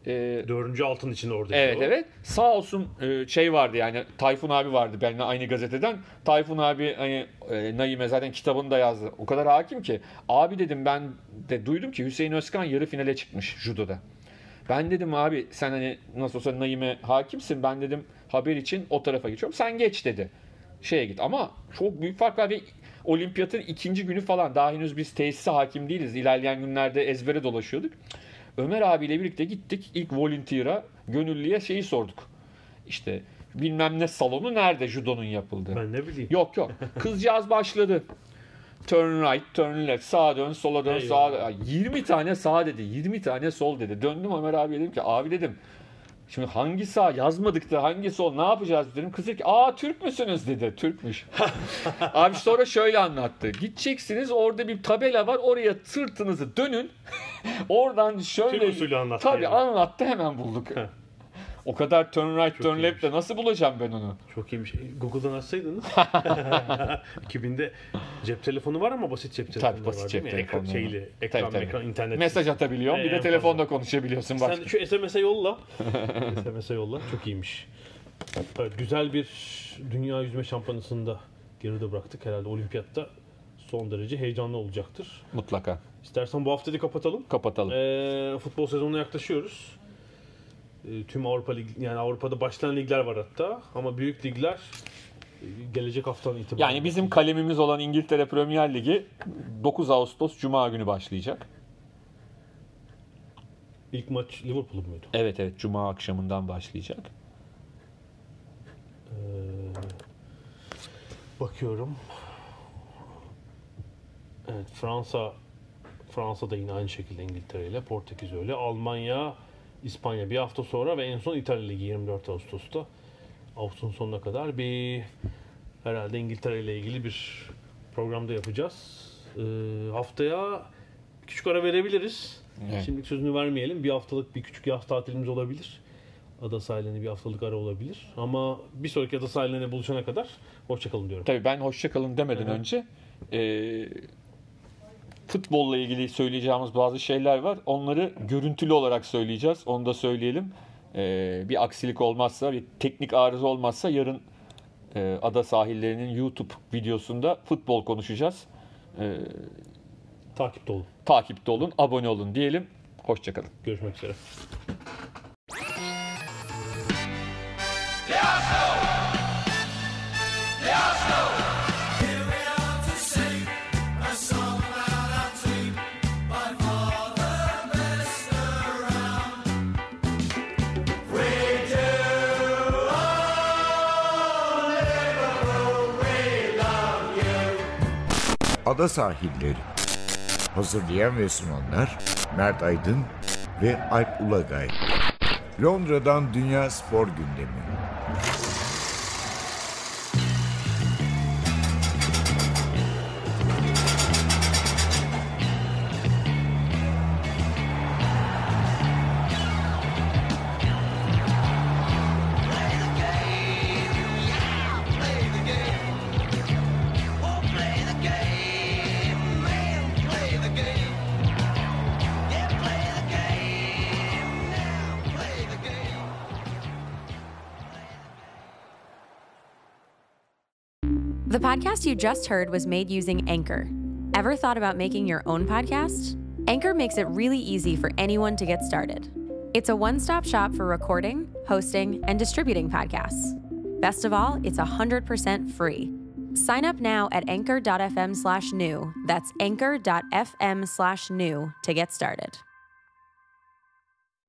4. altın için orada. Evet. Sağ olsun vardı yani, Tayfun abi vardı benimle aynı gazeteden. Tayfun abi hani Naim'e zaten kitabını da yazdı. O kadar hakim ki. Abi dedim, ben de duydum ki Hüseyin Özkan yarı finale çıkmış judoda. Ben dedim abi sen hani nasıl olsa Naim'e hakimsin. Ben dedim haber için o tarafa geçiyorum. Sen geç dedi. Git. Ama çok büyük fark var ve olimpiyatın 2. günü falan, daha henüz biz tesise hakim değiliz. İlerleyen günlerde ezbere dolaşıyorduk. Ömer abiyle birlikte gittik. İlk volunteer'a, gönüllüye sorduk. İşte bilmem ne salonu nerede judonun yapıldığı. Ben ne bileyim. Yok. Kızcağız başladı. Turn right, turn left, sağa dön, sola dön, sağa dön. 20 tane sağ dedi, 20 tane sol dedi. Döndüm Ömer abiye, dedim ki abi dedim, şimdi hangi sağ yazmadık da hangi sol, ne yapacağız dedim. Kız dedi ki Türk müsünüz dedi. Türkmüş. Abi sonra şöyle anlattı. Gideceksiniz, orada bir tabela var, oraya sırtınızı dönün. Oradan şöyle. Türk usulü anlattı. Tabii anlattı, hemen bulduk. O kadar turn right, turn left de nasıl bulacağım ben onu? Çok iyiymiş. Google'dan açsaydınız. 2000'de cep telefonu var ama basit cep telefonu var. Tabii basit cep telefonu. Ekran, internet. Mesaj atabiliyorsun, bir de telefonda konuşabiliyorsun. Sen şu SMS'e yolla. SMS'e yolla. Çok iyiymiş. Evet, güzel bir dünya yüzme şampiyonasında geride bıraktık. Herhalde olimpiyatta son derece heyecanlı olacaktır. Mutlaka. İstersen bu haftayı kapatalım. Futbol sezonuna yaklaşıyoruz. Tüm Avrupa Lig, yani Avrupa'da başlayan ligler var hatta, ama büyük ligler gelecek haftadan itibaren. Yani bizim kalemimiz olan İngiltere Premier Ligi 9 Ağustos Cuma günü başlayacak. İlk maç Liverpool muydu? Evet, Cuma akşamından başlayacak. Bakıyorum. Evet, Fransa'da yine aynı şekilde İngiltere ile, Portekiz öyle. Almanya, İspanya bir hafta sonra ve en son İtalya Ligi 24 Ağustos'ta. Ağustos'un sonuna kadar bir herhalde İngiltere ile ilgili bir programda yapacağız. Haftaya küçük ara verebiliriz. Evet. Şimdilik sözünü vermeyelim. Bir haftalık bir küçük yaz tatilimiz olabilir. ada sahiline bir haftalık ara olabilir. Ama bir sonraki ada sahiline buluşana kadar hoşçakalın diyorum. Tabii ben hoşçakalın demeden önce futbolla ilgili söyleyeceğimiz bazı şeyler var. Onları görüntülü olarak söyleyeceğiz. Onu da söyleyelim. Bir aksilik olmazsa, bir teknik arıza olmazsa yarın ada sahillerinin YouTube videosunda futbol konuşacağız. Takipte olun. Takipte olun, abone olun diyelim. Hoşçakalın. Görüşmek üzere. Ada Sahilleri. Hazırlayan ve sunanlar Mert Aydın ve Alp Ulagay. Londra'dan Dünya Spor Gündemi. The podcast you just heard was made using Anchor. Ever thought about making your own podcast? Anchor makes it really easy for anyone to get started. It's a one-stop shop for recording, hosting, and distributing podcasts. Best of all, it's 100% free. Sign up now at anchor.fm/new. That's anchor.fm/new to get started.